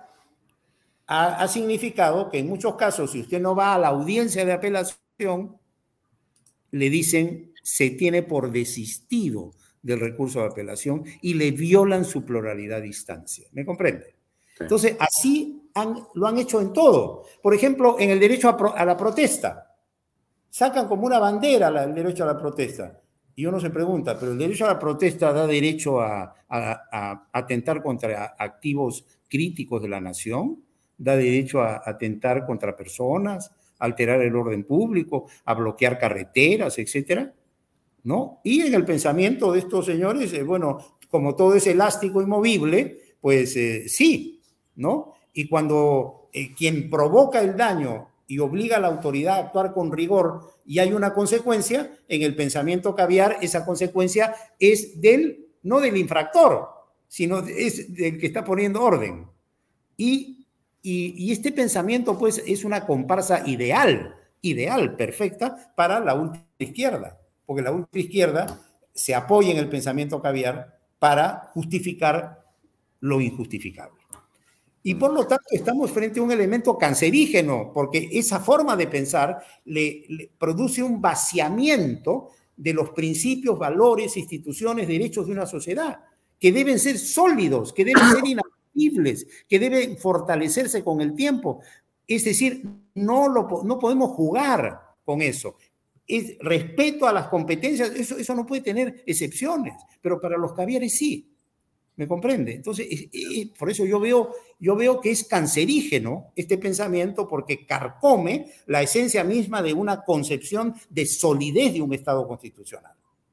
ha significado que en muchos casos, si usted no va a la audiencia de apelación, le dicen se tiene por desistido del recurso de apelación y le violan su pluralidad de instancia. ¿Me comprende? Sí. Entonces, así lo han hecho en todo. Por ejemplo, en el derecho a la protesta. Sacan como una bandera el derecho a la protesta. Y uno se pregunta, ¿pero el derecho a la protesta da derecho a atentar contra activos críticos de la nación? ¿Da derecho a atentar contra personas? Alterar el orden público, a bloquear carreteras, etcétera, ¿no? Y en el pensamiento de estos señores, bueno, como todo es elástico y movible, pues sí, ¿no? Y cuando quien provoca el daño y obliga a la autoridad a actuar con rigor y hay una consecuencia, en el pensamiento caviar, esa consecuencia es no del infractor, sino es del que está poniendo orden. Y este pensamiento, pues, es una comparsa ideal, perfecta para la ultraizquierda, porque la ultraizquierda se apoya en el pensamiento caviar para justificar lo injustificable. Y por lo tanto estamos frente a un elemento cancerígeno, porque esa forma de pensar le produce un vaciamiento de los principios, valores, instituciones, derechos de una sociedad, que deben ser sólidos, que deben ser inabatibles, que deben fortalecerse con el tiempo. Es decir, no podemos jugar con eso. Es respeto a las competencias, eso no puede tener excepciones, pero para los caviares sí. ¿Me comprende? Entonces, por eso yo veo que es cancerígeno este pensamiento, porque carcome la esencia misma de una concepción de solidez de un Estado constitucional.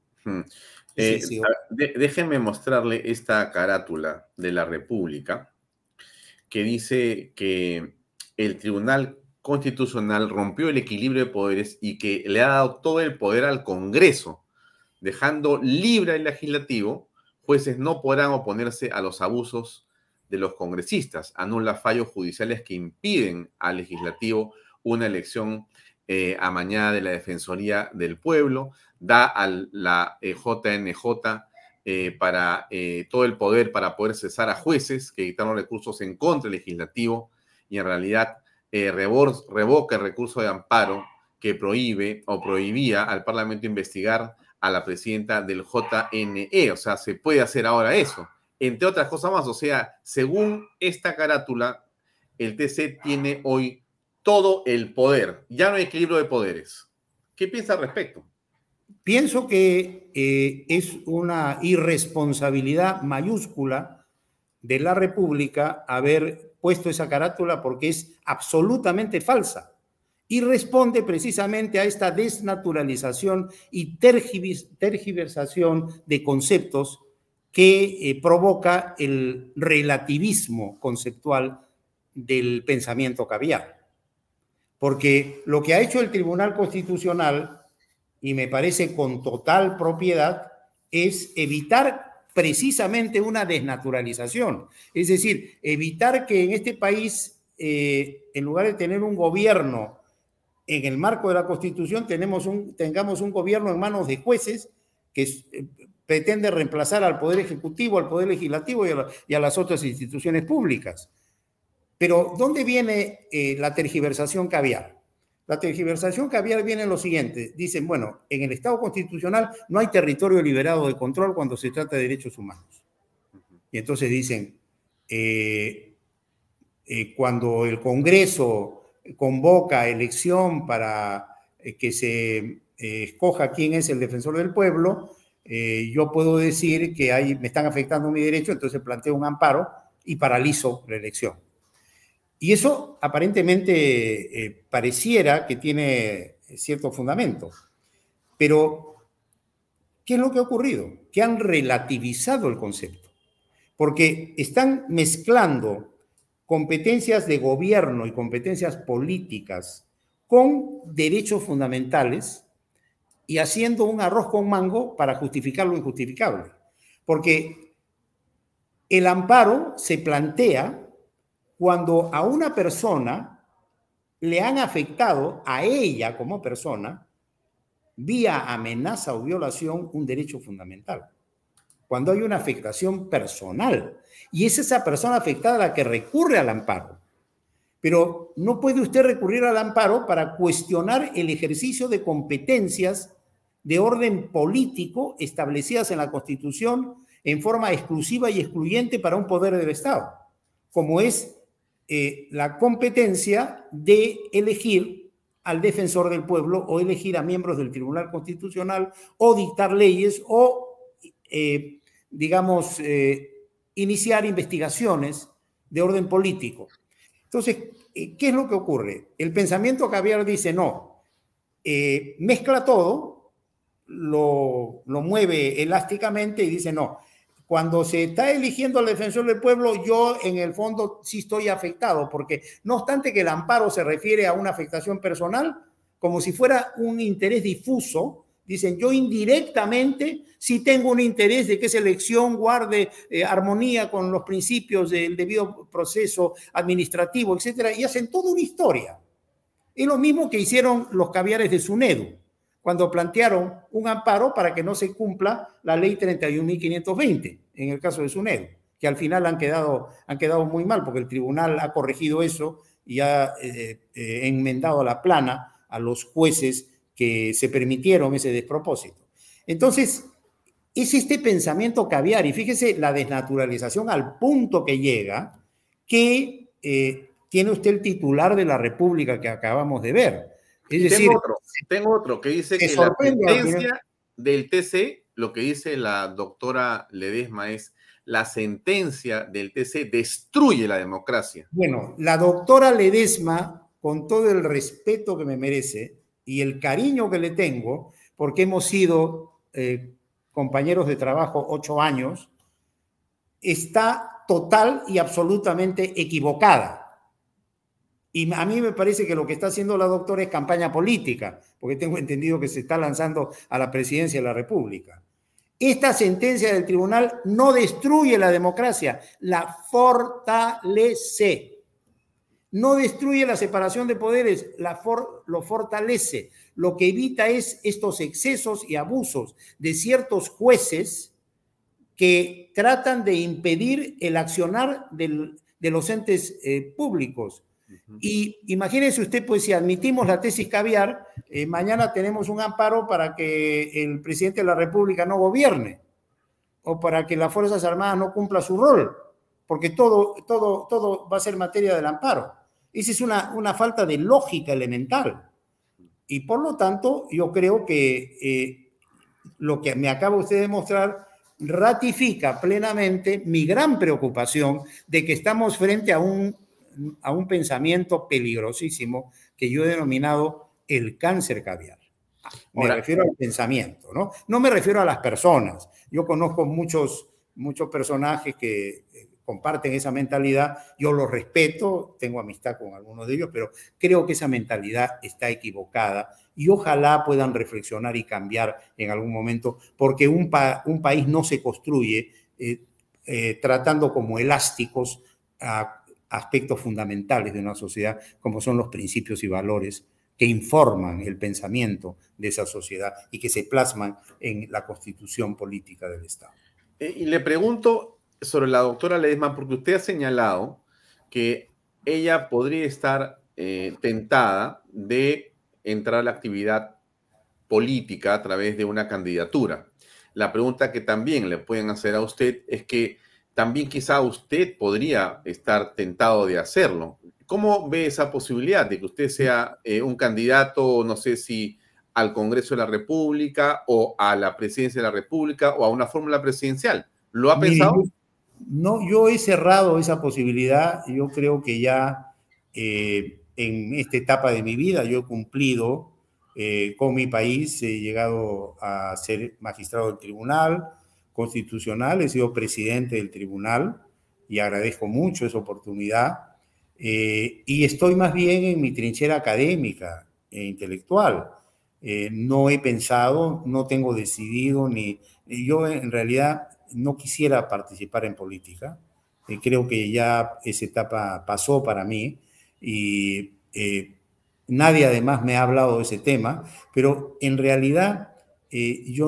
Déjenme mostrarle esta carátula de la República que dice que el Tribunal Constitucional rompió el equilibrio de poderes y que le ha dado todo el poder al Congreso, dejando libre al legislativo. Jueces no podrán oponerse a los abusos de los congresistas, anula fallos judiciales que impiden al legislativo una elección amañada de la Defensoría del Pueblo, da a la JNJ para todo el poder para poder cesar a jueces que dictaron recursos en contra del legislativo y en realidad revoca el recurso de amparo que prohíbe o prohibía al Parlamento investigar a la presidenta del JNE. O sea, se puede hacer ahora eso. Entre otras cosas más, o sea, según esta carátula, el TC tiene hoy todo el poder. Ya no hay equilibrio de poderes. ¿Qué piensa al respecto? Pienso que es una irresponsabilidad mayúscula de la República haber puesto esa carátula porque es absolutamente falsa y responde precisamente a esta desnaturalización y tergiversación de conceptos que provoca el relativismo conceptual del pensamiento caviar. Porque lo que ha hecho el Tribunal Constitucional, y me parece con total propiedad, es evitar precisamente una desnaturalización. Es decir, evitar que en este país, en lugar de tener un gobierno en el marco de la Constitución, tengamos un gobierno en manos de jueces que pretende reemplazar al Poder Ejecutivo, al Poder Legislativo y a las otras instituciones públicas. Pero, ¿dónde viene la tergiversación caviar? La tergiversación caviar viene en lo siguiente. Dicen, bueno, en el Estado constitucional no hay territorio liberado de control cuando se trata de derechos humanos. Y entonces dicen, cuando el Congreso convoca elección para que se escoja quién es el defensor del pueblo, yo puedo decir que me están afectando mi derecho, entonces planteo un amparo y paralizo la elección. Y eso aparentemente pareciera que tiene cierto fundamento. Pero, ¿qué es lo que ha ocurrido? Que han relativizado el concepto. Porque están mezclando competencias de gobierno y competencias políticas con derechos fundamentales y haciendo un arroz con mango para justificar lo injustificable. Porque el amparo se plantea cuando a una persona le han afectado, a ella como persona, vía amenaza o violación, un derecho fundamental. Cuando hay una afectación personal. Y es esa persona afectada la que recurre al amparo. Pero no puede usted recurrir al amparo para cuestionar el ejercicio de competencias de orden político establecidas en la Constitución en forma exclusiva y excluyente para un poder del Estado, como es la competencia de elegir al defensor del pueblo o elegir a miembros del Tribunal Constitucional o dictar leyes o, iniciar investigaciones de orden político. Entonces, ¿qué es lo que ocurre? El pensamiento caviar dice no, mezcla todo, lo mueve elásticamente y dice no. Cuando se está eligiendo al defensor del pueblo, yo en el fondo sí estoy afectado, porque no obstante que el amparo se refiere a una afectación personal, como si fuera un interés difuso, dicen yo indirectamente sí tengo un interés de que esa elección guarde armonía con los principios del debido proceso administrativo, etcétera, y hacen toda una historia. Es lo mismo que hicieron los caviares de SUNEDU, cuando plantearon un amparo para que no se cumpla la ley 31.520, en el caso de SUNEDU, que al final han quedado muy mal, porque el tribunal ha corregido eso y ha enmendado a la plana a los jueces que se permitieron ese despropósito. Entonces, es este pensamiento caviar, y fíjese la desnaturalización al punto que llega, que tiene usted el titular de la República que acabamos de ver. Es decir, tengo otro que dice que la sentencia del TC, lo que dice la doctora Ledesma es, la sentencia del TC destruye la democracia. Bueno, la doctora Ledesma, con todo el respeto que me merece y el cariño que le tengo, porque hemos sido compañeros de trabajo 8 años, está total y absolutamente equivocada. Y a mí me parece que lo que está haciendo la doctora es campaña política, porque tengo entendido que se está lanzando a la presidencia de la República. Esta sentencia del tribunal no destruye la democracia, la fortalece. No destruye la separación de poderes, lo fortalece. Lo que evita es estos excesos y abusos de ciertos jueces que tratan de impedir el accionar de los entes públicos. Y imagínese usted, pues si admitimos la tesis caviar, mañana tenemos un amparo para que el presidente de la República no gobierne o para que las Fuerzas Armadas no cumpla su rol, porque todo va a ser materia del amparo. Esa es una falta de lógica elemental. Y por lo tanto, yo creo que lo que me acaba usted de mostrar ratifica plenamente mi gran preocupación de que estamos frente a un pensamiento peligrosísimo que yo he denominado el cáncer caviar. Me refiero al pensamiento, ¿no? No me refiero a las personas. Yo conozco muchos personajes que comparten esa mentalidad, yo los respeto, tengo amistad con algunos de ellos, pero creo que esa mentalidad está equivocada y ojalá puedan reflexionar y cambiar en algún momento, porque un país no se construye tratando como elásticos a aspectos fundamentales de una sociedad, como son los principios y valores que informan el pensamiento de esa sociedad y que se plasman en la constitución política del Estado. Y le pregunto sobre la doctora Ledesma, porque usted ha señalado que ella podría estar tentada de entrar a la actividad política a través de una candidatura. La pregunta que también le pueden hacer a usted es que también quizá usted podría estar tentado de hacerlo. ¿Cómo ve esa posibilidad de que usted sea un candidato, no sé si al Congreso de la República o a la Presidencia de la República o a una fórmula presidencial? ¿Lo ha pensado? No, yo he cerrado esa posibilidad. Yo creo que ya en esta etapa de mi vida yo he cumplido con mi país, he llegado a ser magistrado del Tribunal Constitucional, he sido presidente del tribunal y agradezco mucho esa oportunidad. Y estoy más bien en mi trinchera académica e intelectual. No he pensado, no tengo decidido, yo en realidad no quisiera participar en política. Creo que ya esa etapa pasó para mí y nadie además me ha hablado de ese tema, pero en realidad yo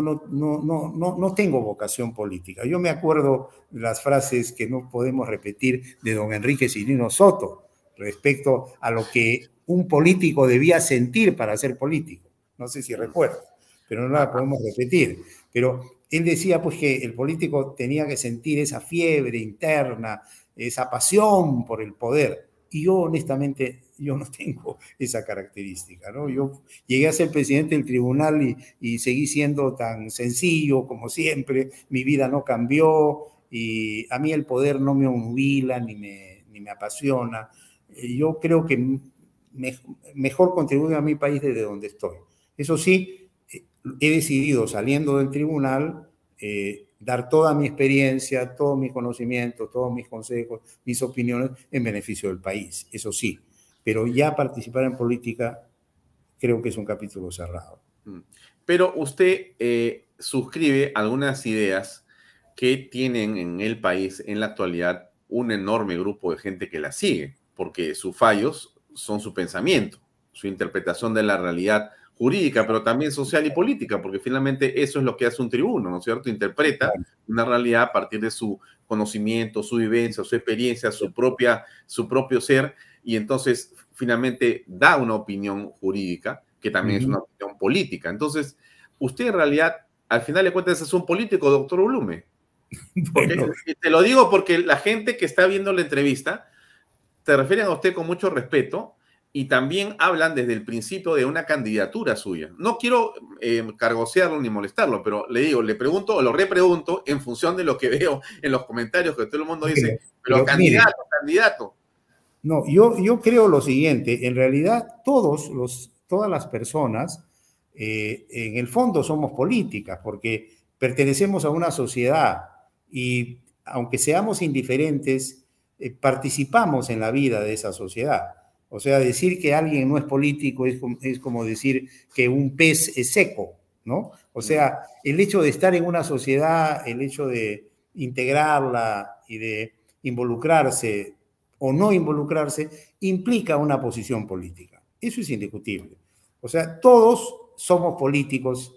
no tengo vocación política. Yo me acuerdo de las frases que no podemos repetir de don Enrique Cirino Soto respecto a lo que un político debía sentir para ser político. No sé si recuerda, pero no la podemos repetir. Pero él decía pues que el político tenía que sentir esa fiebre interna, esa pasión por el poder. Y yo honestamente, yo no tengo esa característica, ¿no? Yo llegué a ser presidente del tribunal y seguí siendo tan sencillo como siempre. Mi vida no cambió y a mí el poder no me obnubila ni me apasiona. Yo creo que mejor contribuyo a mi país desde donde estoy. Eso sí, he decidido, saliendo del tribunal, dar toda mi experiencia, todo mi conocimiento, todos mis consejos, mis opiniones en beneficio del país, eso sí. Pero ya participar en política creo que es un capítulo cerrado. Pero usted suscribe algunas ideas que tienen en el país en la actualidad un enorme grupo de gente que la sigue, porque sus fallos son su pensamiento, su interpretación de la realidad jurídica, pero también social y política, porque finalmente eso es lo que hace un tribuno, ¿no es cierto? Interpreta una realidad a partir de su conocimiento, su vivencia, su experiencia, su propio ser, y entonces finalmente da una opinión jurídica, que también es una opinión política. Entonces, usted en realidad, al final de cuentas, es un político, doctor Blume. Bueno. Te lo digo porque la gente que está viendo la entrevista te refieren a usted con mucho respeto, y también hablan desde el principio de una candidatura suya. No quiero cargosearlo ni molestarlo, pero le digo, le pregunto o lo repregunto en función de lo que veo en los comentarios, que todo el mundo dice, pero candidato, mire, candidato. No, yo creo lo siguiente, en realidad todas las personas en el fondo somos políticas, porque pertenecemos a una sociedad y aunque seamos indiferentes, participamos en la vida de esa sociedad. O sea, decir que alguien no es político es como decir que un pez es seco, ¿no? O sea, el hecho de estar en una sociedad, el hecho de integrarla y de involucrarse o no involucrarse, implica una posición política. Eso es indiscutible. O sea, todos somos políticos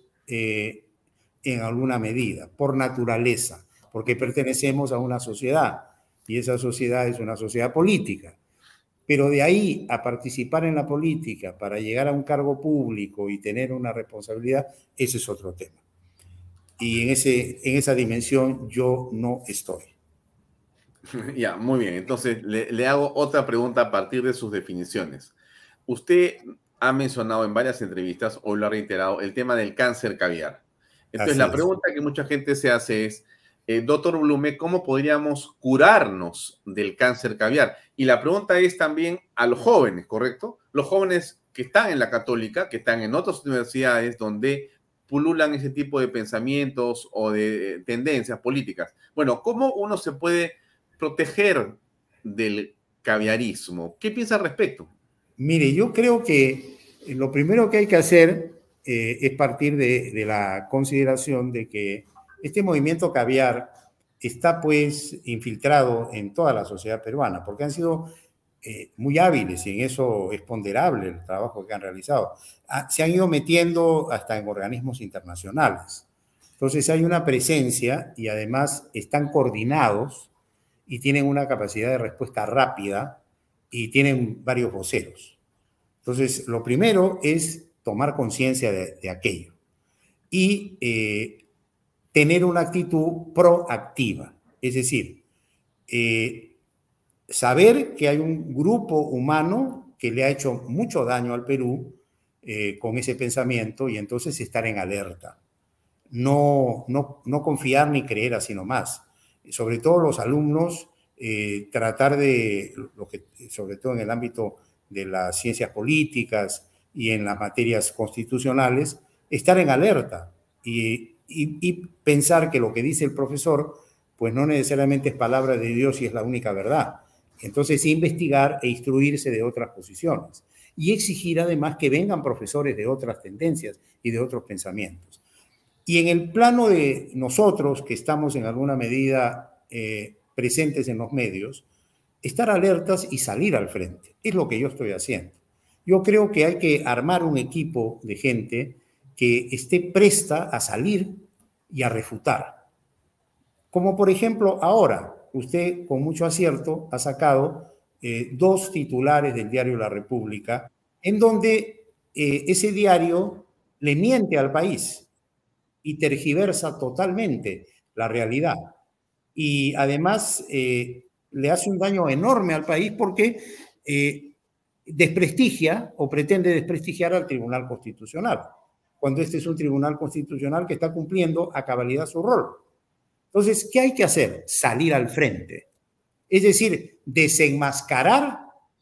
en alguna medida, por naturaleza, porque pertenecemos a una sociedad, y esa sociedad es una sociedad política. Pero de ahí a participar en la política para llegar a un cargo público y tener una responsabilidad, ese es otro tema. Y en esa dimensión yo no estoy. Ya, muy bien. Entonces, le hago otra pregunta a partir de sus definiciones. Usted ha mencionado en varias entrevistas, o lo ha reiterado, el tema del cáncer caviar. Entonces, la pregunta que mucha gente se hace es, doctor Blume, ¿cómo podríamos curarnos del cáncer caviar? Y la pregunta es también a los jóvenes, ¿correcto? Los jóvenes que están en la Católica, que están en otras universidades donde pululan ese tipo de pensamientos o de tendencias políticas. Bueno, ¿cómo uno se puede proteger del caviarismo? ¿Qué piensa al respecto? Mire, yo creo que lo primero que hay que hacer es partir de la consideración de que este movimiento caviar está pues infiltrado en toda la sociedad peruana, porque han sido muy hábiles y en eso es ponderable el trabajo que han realizado. Se han ido metiendo hasta en organismos internacionales. Entonces hay una presencia y además están coordinados y tienen una capacidad de respuesta rápida y tienen varios voceros. Entonces, lo primero es tomar conciencia de aquello y tener una actitud proactiva, es decir, saber que hay un grupo humano que le ha hecho mucho daño al Perú con ese pensamiento y entonces estar en alerta. No confiar ni creer así nomás. Sobre todo los alumnos, tratar de, sobre todo en el ámbito de las ciencias políticas y en las materias constitucionales, estar en alerta y pensar que lo que dice el profesor, pues no necesariamente es palabra de Dios y es la única verdad. Entonces, investigar e instruirse de otras posiciones y exigir además que vengan profesores de otras tendencias y de otros pensamientos. Y en el plano de nosotros, que estamos en alguna medida presentes en los medios, estar alertas y salir al frente. Es lo que yo estoy haciendo. Yo creo que hay que armar un equipo de gente que esté presta a salir y a refutar. Como por ejemplo ahora, usted con mucho acierto ha sacado 2 titulares del diario La República, en donde ese diario le miente al país y tergiversa totalmente la realidad. Y además le hace un daño enorme al país porque desprestigia o pretende desprestigiar al Tribunal Constitucional, cuando este es un Tribunal Constitucional que está cumpliendo a cabalidad su rol. Entonces, ¿qué hay que hacer? Salir al frente. Es decir, desenmascarar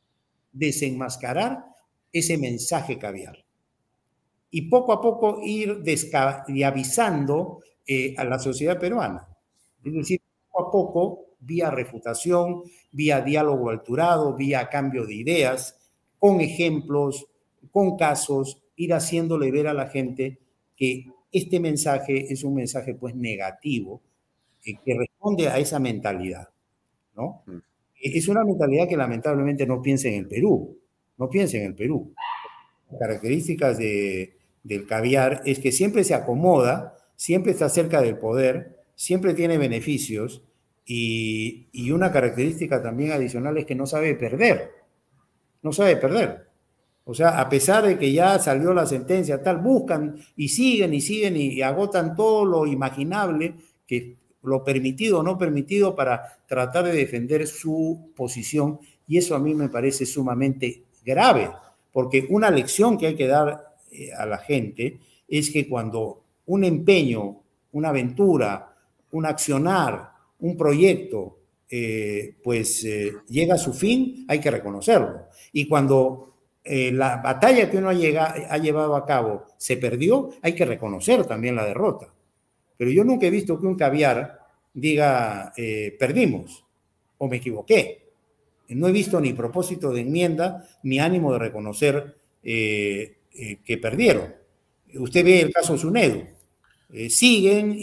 ese mensaje caviar. Y poco a poco ir avisando a la sociedad peruana. Es decir, poco a poco, vía refutación, vía diálogo alturado, vía cambio de ideas, con ejemplos, con casos, ir haciéndole ver a la gente que este mensaje es un mensaje pues negativo, que responde a esa mentalidad, ¿no? Es una mentalidad que lamentablemente no piensa en el Perú, no piensa en el Perú. Las características del caviar es que siempre se acomoda, siempre está cerca del poder, siempre tiene beneficios y una característica también adicional es que no sabe perder, no sabe perder. O sea, a pesar de que ya salió la sentencia, tal, buscan y siguen y agotan todo lo imaginable, que lo permitido o no permitido para tratar de defender su posición, y eso a mí me parece sumamente grave, porque una lección que hay que dar a la gente es que cuando un empeño, una aventura, un accionar, un proyecto, llega a su fin, hay que reconocerlo. Y cuando la batalla que uno ha llevado a cabo se perdió, hay que reconocer también la derrota. Pero yo nunca he visto que un caviar diga, perdimos o me equivoqué. No he visto ni propósito de enmienda ni ánimo de reconocer que perdieron. Usted ve el caso Sunedu. Siguen,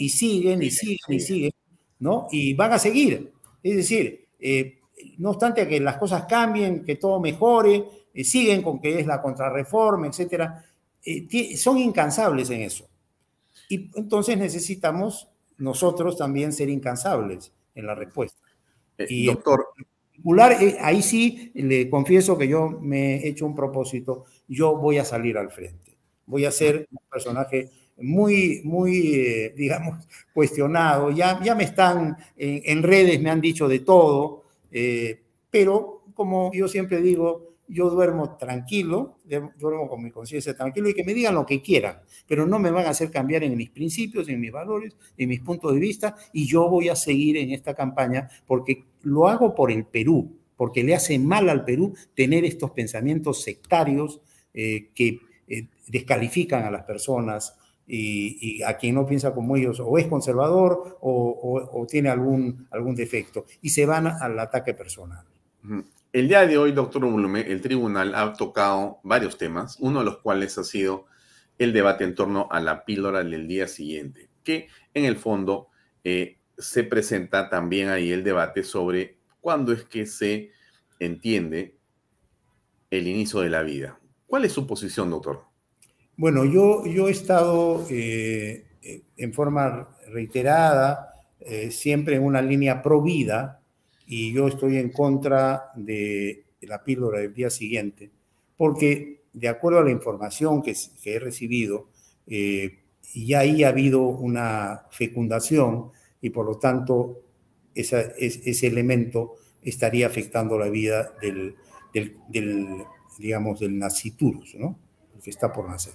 ¿no? Y van a seguir. Es decir, no obstante que las cosas cambien, que todo mejore, siguen con que es la contrarreforma, etcétera. Son incansables en eso. Y entonces necesitamos nosotros también ser incansables en la respuesta. Doctor, Popular, ahí sí le confieso que yo me he hecho un propósito, yo voy a salir al frente, voy a ser un personaje muy, digamos, cuestionado, ya me están, en redes me han dicho de todo, pero como yo siempre digo, yo duermo tranquilo, duermo con mi conciencia tranquilo y que me digan lo que quieran, pero no me van a hacer cambiar en mis principios, en mis valores, en mis puntos de vista, y yo voy a seguir en esta campaña porque lo hago por el Perú, porque le hace mal al Perú tener estos pensamientos sectarios que descalifican a las personas y a quien no piensa como ellos o es conservador o tiene algún defecto y se van al ataque personal. El día de hoy, doctor Blume, el tribunal ha tocado varios temas, uno de los cuales ha sido el debate en torno a la píldora del día siguiente, que en el fondo se presenta también ahí el debate sobre cuándo es que se entiende el inicio de la vida. ¿Cuál es su posición, doctor? Bueno, yo he estado en forma reiterada siempre en una línea pro vida, y yo estoy en contra de la píldora del día siguiente, porque de acuerdo a la información que he recibido, ya ahí ha habido una fecundación y por lo tanto ese elemento estaría afectando la vida digamos, del nasciturus, ¿no? El que está por nacer.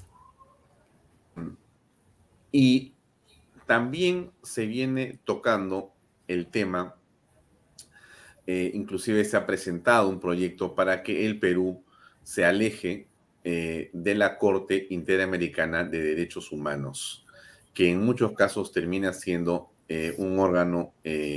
Y también se viene tocando el tema. Inclusive se ha presentado un proyecto para que el Perú se aleje de la Corte Interamericana de Derechos Humanos, que en muchos casos termina siendo un órgano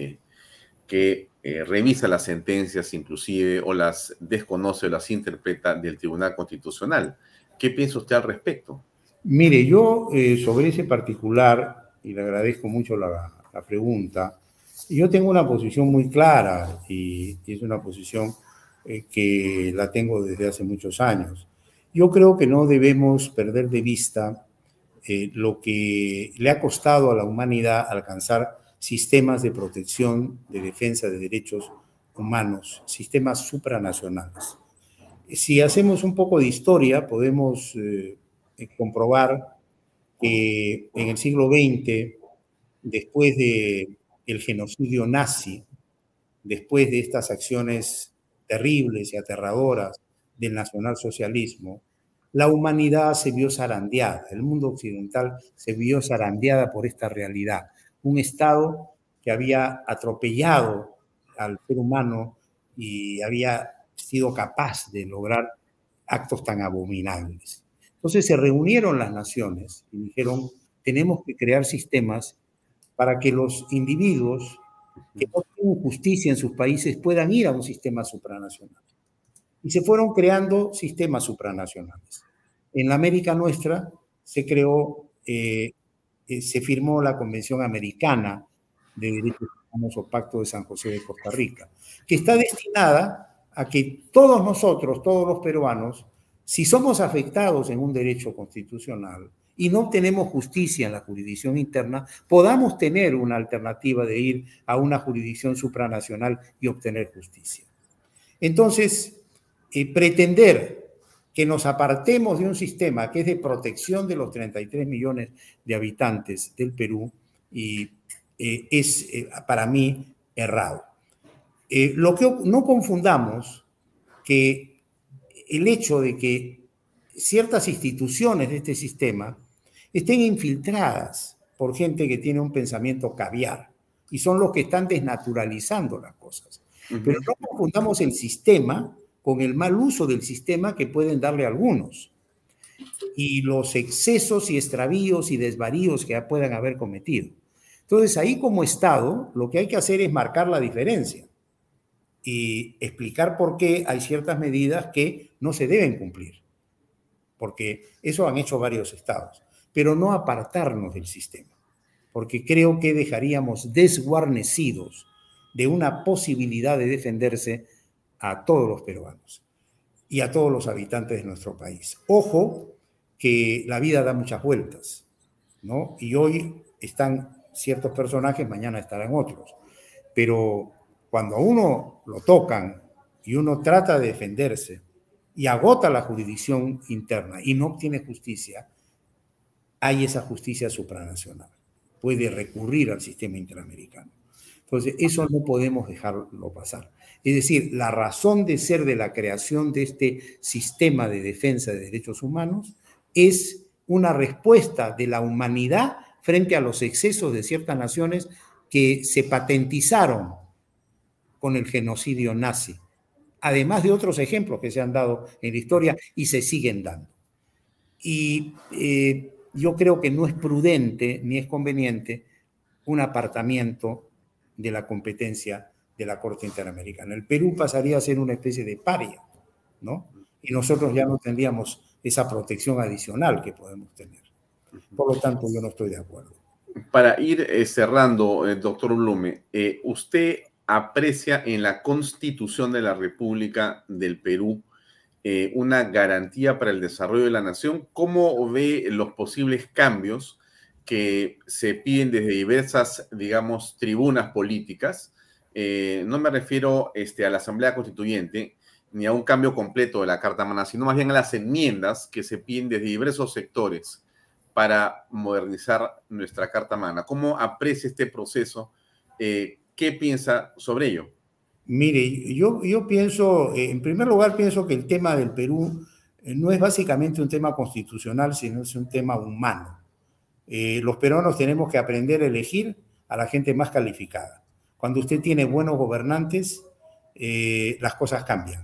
que revisa las sentencias inclusive o las desconoce o las interpreta del Tribunal Constitucional. ¿Qué piensa usted al respecto? Mire, yo sobre ese particular, y le agradezco mucho la pregunta, yo tengo una posición muy clara y es una posición que la tengo desde hace muchos años. Yo creo que no debemos perder de vista lo que le ha costado a la humanidad alcanzar sistemas de protección, de defensa de derechos humanos, sistemas supranacionales. Si hacemos un poco de historia, podemos comprobar que en el siglo XX, después del genocidio nazi, después de estas acciones terribles y aterradoras del nacionalsocialismo, la humanidad se vio zarandeada, el mundo occidental se vio zarandeada por esta realidad. Un Estado que había atropellado al ser humano y había sido capaz de lograr actos tan abominables. Entonces se reunieron las naciones y dijeron, tenemos que crear sistemas para que los individuos que no tienen justicia en sus países puedan ir a un sistema supranacional. Y se fueron creando sistemas supranacionales. En la América nuestra se creó, se firmó la Convención Americana de Derechos Humanos o Pacto de San José de Costa Rica, que está destinada a que todos nosotros, todos los peruanos, si somos afectados en un derecho constitucional y no obtenemos justicia en la jurisdicción interna, podamos tener una alternativa de ir a una jurisdicción supranacional y obtener justicia. Entonces, pretender que nos apartemos de un sistema que es de protección de los 33 millones de habitantes del Perú es para mí errado. Lo que no confundamos que el hecho de que ciertas instituciones de este sistema estén infiltradas por gente que tiene un pensamiento caviar y son los que están desnaturalizando las cosas. Pero no confundamos el sistema con el mal uso del sistema que pueden darle algunos y los excesos y extravíos y desvaríos que puedan haber cometido. Entonces, ahí como Estado, lo que hay que hacer es marcar la diferencia y explicar por qué hay ciertas medidas que no se deben cumplir, porque eso han hecho varios estados, pero no apartarnos del sistema, porque creo que dejaríamos desguarnecidos de una posibilidad de defenderse a todos los peruanos y a todos los habitantes de nuestro país. Ojo, que la vida da muchas vueltas, ¿no? Y hoy están ciertos personajes, mañana estarán otros, pero cuando a uno lo tocan y uno trata de defenderse y agota la jurisdicción interna y no obtiene justicia, hay esa justicia supranacional. Puede recurrir al sistema interamericano. Entonces, eso no podemos dejarlo pasar. Es decir, la razón de ser de la creación de este sistema de defensa de derechos humanos es una respuesta de la humanidad frente a los excesos de ciertas naciones que se patentizaron con el genocidio nazi, además de otros ejemplos que se han dado en la historia y se siguen dando. Y yo creo que no es prudente ni es conveniente un apartamiento de la competencia de la Corte Interamericana. El Perú pasaría a ser una especie de paria, ¿no? Y nosotros ya no tendríamos esa protección adicional que podemos tener. Por lo tanto, yo no estoy de acuerdo. Para ir cerrando, doctor Blume, ¿usted aprecia en la Constitución de la República del Perú una garantía para el desarrollo de la nación? ¿Cómo ve los posibles cambios que se piden desde diversas, digamos, tribunas políticas? No me refiero a la Asamblea Constituyente ni a un cambio completo de la Carta Magna, sino más bien a las enmiendas que se piden desde diversos sectores para modernizar nuestra Carta Magna. ¿Cómo aprecia este proceso? ¿Qué piensa sobre ello? Mire, yo pienso, en primer lugar, pienso que el tema del Perú no es básicamente un tema constitucional, sino es un tema humano. Los peruanos tenemos que aprender a elegir a la gente más calificada. Cuando usted tiene buenos gobernantes, las cosas cambian.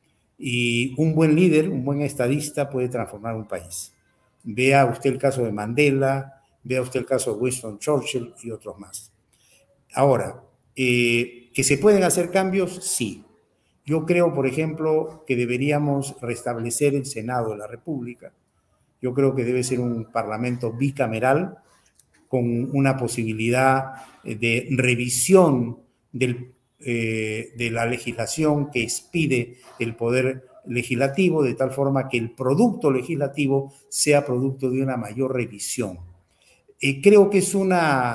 Y un buen líder, un buen estadista puede transformar un país. Vea usted el caso de Mandela, vea usted el caso de Winston Churchill y otros más. Ahora, ¿que se pueden hacer cambios? Sí. Yo creo, por ejemplo, que deberíamos restablecer el Senado de la República. Yo creo que debe ser un parlamento bicameral con una posibilidad de revisión de la legislación que expide el Poder Legislativo, de tal forma que el producto legislativo sea producto de una mayor revisión. Creo que es un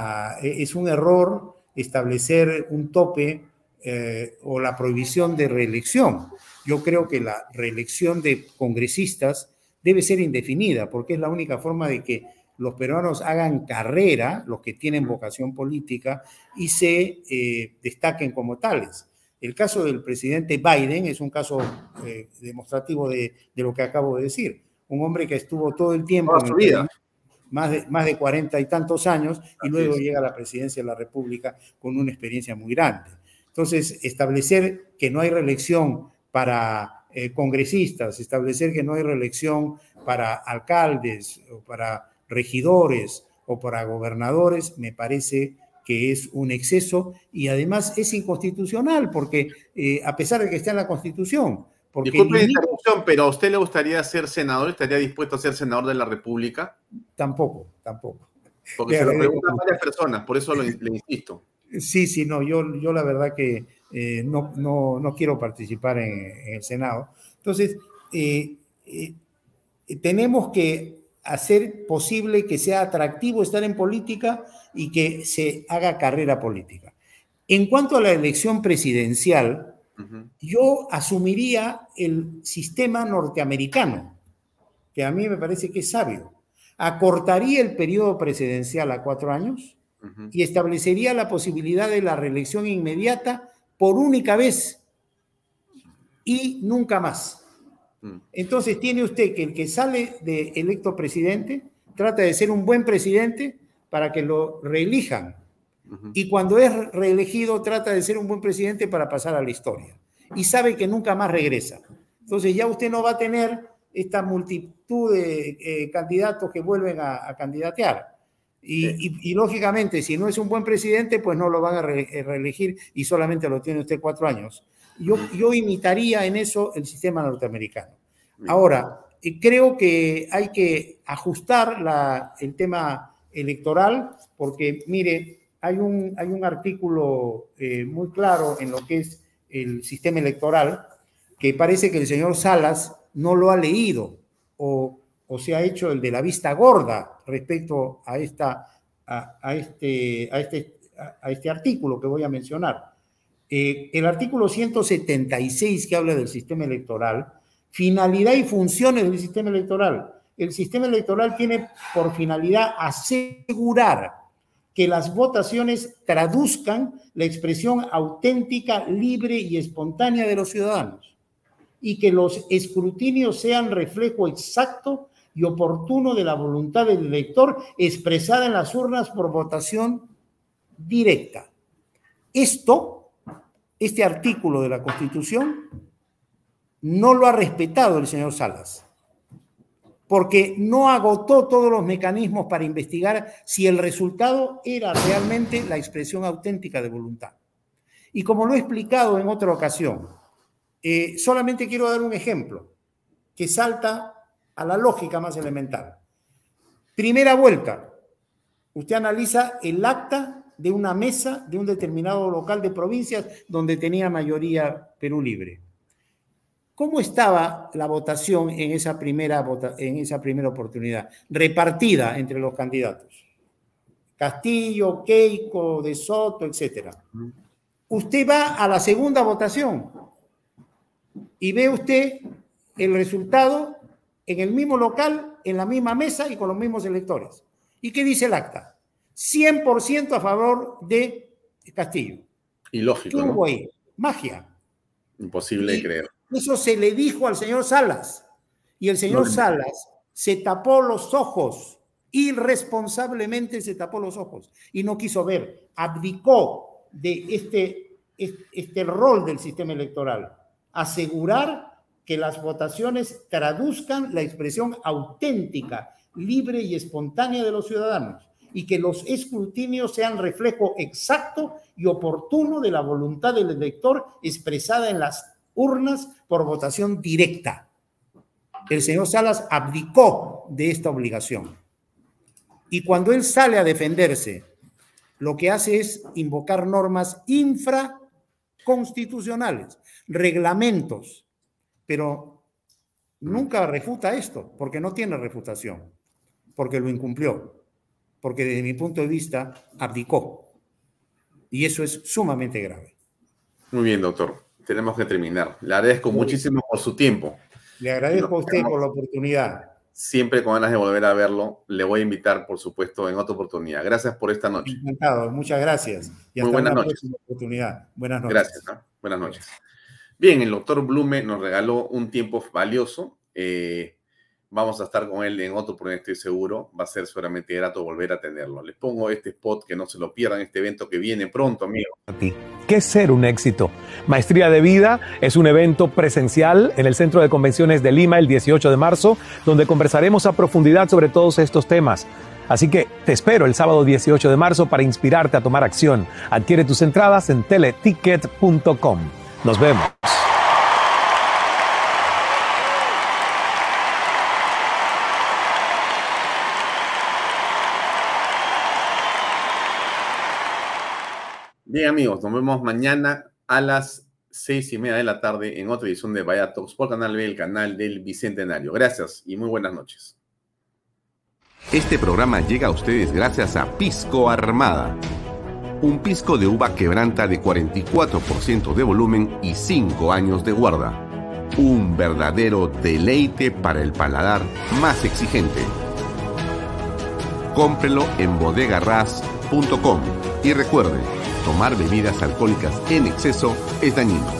error establecer un tope o la prohibición de reelección. Yo creo que la reelección de congresistas debe ser indefinida, porque es la única forma de que los peruanos hagan carrera, los que tienen vocación política, y se destaquen como tales. El caso del presidente Biden es un caso demostrativo de lo que acabo de decir. Un hombre que estuvo todo el tiempo en el Perú, más de 40 y tantos años, y luego llega a la presidencia de la República con una experiencia muy grande. Entonces, establecer que no hay reelección para congresistas, establecer que no hay reelección para alcaldes o para regidores o para gobernadores, me parece que es un exceso y además es inconstitucional porque a pesar de que está en la Constitución. Disculpe la interrupción, pero ¿a usted le gustaría ser senador? ¿Estaría dispuesto a ser senador de la República? Tampoco. Porque se lo preguntan varias personas, por eso le insisto. Sí, no, yo la verdad que no quiero participar en el Senado. Entonces, tenemos que hacer posible que sea atractivo estar en política y que se haga carrera política. En cuanto a la elección presidencial, yo asumiría el sistema norteamericano, que a mí me parece que es sabio. Acortaría el periodo presidencial a 4 años y establecería la posibilidad de la reelección inmediata por única vez y nunca más. Entonces tiene usted que el que sale de electo presidente trata de ser un buen presidente para que lo reelijan. Y cuando es reelegido trata de ser un buen presidente para pasar a la historia. Y sabe que nunca más regresa. Entonces ya usted no va a tener esta multitud de candidatos que vuelven a candidatear. Y lógicamente, si no es un buen presidente, pues no lo van a reelegir y solamente lo tiene usted 4 años. Yo imitaría en eso el sistema norteamericano. Ahora, creo que hay que ajustar el tema electoral porque, mire, hay un artículo muy claro en lo que es el sistema electoral que parece que el señor Salas no lo ha leído o se ha hecho el de la vista gorda respecto a este artículo que voy a mencionar. El artículo 176 que habla del sistema electoral, finalidad y funciones del sistema electoral. El sistema electoral tiene por finalidad asegurar que las votaciones traduzcan la expresión auténtica, libre y espontánea de los ciudadanos y que los escrutinios sean reflejo exacto y oportuno de la voluntad del elector expresada en las urnas por votación directa. Este artículo de la Constitución no lo ha respetado el señor Salas, porque no agotó todos los mecanismos para investigar si el resultado era realmente la expresión auténtica de voluntad. Y como lo he explicado en otra ocasión, solamente quiero dar un ejemplo que salta a la lógica más elemental. Primera vuelta, usted analiza el acta de una mesa de un determinado local de provincias donde tenía mayoría Perú Libre. ¿Cómo estaba la votación en esa primera oportunidad? Repartida entre los candidatos. Castillo, Keiko, De Soto, etc. Usted va a la segunda votación y ve usted el resultado en el mismo local, en la misma mesa y con los mismos electores. ¿Y qué dice el acta? 100% a favor de Castillo. Ilógico, ¿Qué ¿no? hubo ahí? Magia. Imposible de creer. Eso se le dijo al señor Salas. Y el señor Salas se tapó los ojos. Irresponsablemente se tapó los ojos. Y no quiso ver. Abdicó de este rol del sistema electoral. Asegurar que las votaciones traduzcan la expresión auténtica, libre y espontánea de los ciudadanos y que los escrutinios sean reflejo exacto y oportuno de la voluntad del elector expresada en las urnas por votación directa. El señor Salas abdicó de esta obligación. Y cuando él sale a defenderse, lo que hace es invocar normas infraconstitucionales, reglamentos, pero nunca refuta esto, porque no tiene refutación, porque lo incumplió, porque desde mi punto de vista abdicó. Y eso es sumamente grave. Muy bien, doctor. Tenemos que terminar. Le agradezco muchísimo por su tiempo. Le agradezco a usted por la oportunidad. Siempre con ganas de volver a verlo. Le voy a invitar, por supuesto, en otra oportunidad. Gracias por esta noche. Encantado. Muchas gracias. Y hasta una próxima oportunidad. Buenas noches. Gracias. ¿No? Buenas noches. Bien, el doctor Blume nos regaló un tiempo valioso. Vamos a estar con él en otro oportunidad, estoy seguro. Va a ser seguramente grato volver a tenerlo. Les pongo este spot, que no se lo pierdan, este evento que viene pronto, amigos. ¿Qué es ser un éxito? Maestría de Vida es un evento presencial en el Centro de Convenciones de Lima el 18 de marzo, donde conversaremos a profundidad sobre todos estos temas. Así que te espero el sábado 18 de marzo para inspirarte a tomar acción. Adquiere tus entradas en teleticket.com. Nos vemos. Bien, amigos, nos vemos mañana a las 6:30 de la tarde en otra edición de Vaya Talks por Canal B, el canal del Bicentenario. Gracias y muy buenas noches. Este programa llega a ustedes gracias a Pisco Armada. Un pisco de uva quebranta de 44% de volumen y 5 años de guarda. Un verdadero deleite para el paladar más exigente. Cómprelo en bodegarras.com y recuerde, tomar bebidas alcohólicas en exceso es dañino.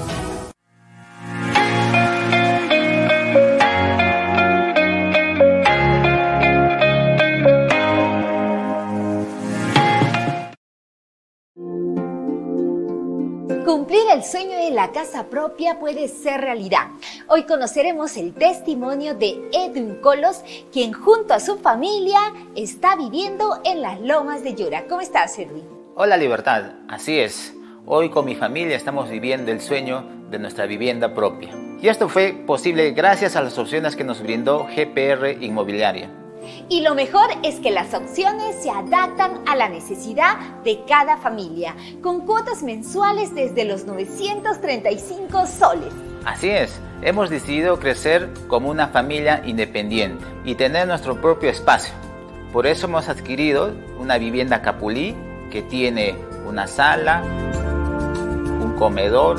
Cumplir el sueño de la casa propia puede ser realidad. Hoy conoceremos el testimonio de Edwin Colos, quien junto a su familia está viviendo en las Lomas de Yura. ¿Cómo estás, Edwin? Hola, Libertad. Así es. Hoy con mi familia estamos viviendo el sueño de nuestra vivienda propia. Y esto fue posible gracias a las opciones que nos brindó GPR Inmobiliaria. Y lo mejor es que las opciones se adaptan a la necesidad de cada familia, con cuotas mensuales desde los 935 soles. Así es, hemos decidido crecer como una familia independiente y tener nuestro propio espacio. Por eso hemos adquirido una vivienda capulí que tiene una sala, un un comedor,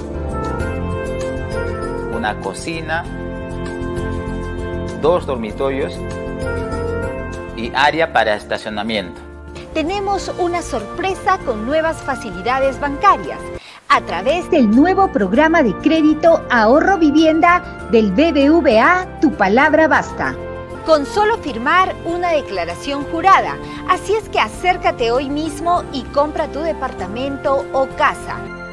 una cocina, 2 dormitorios y área para estacionamiento. Tenemos una sorpresa con nuevas facilidades bancarias a través del nuevo programa de crédito Ahorro Vivienda del BBVA Tu Palabra Basta. Con solo firmar una declaración jurada. Así es que acércate hoy mismo y compra tu departamento o casa.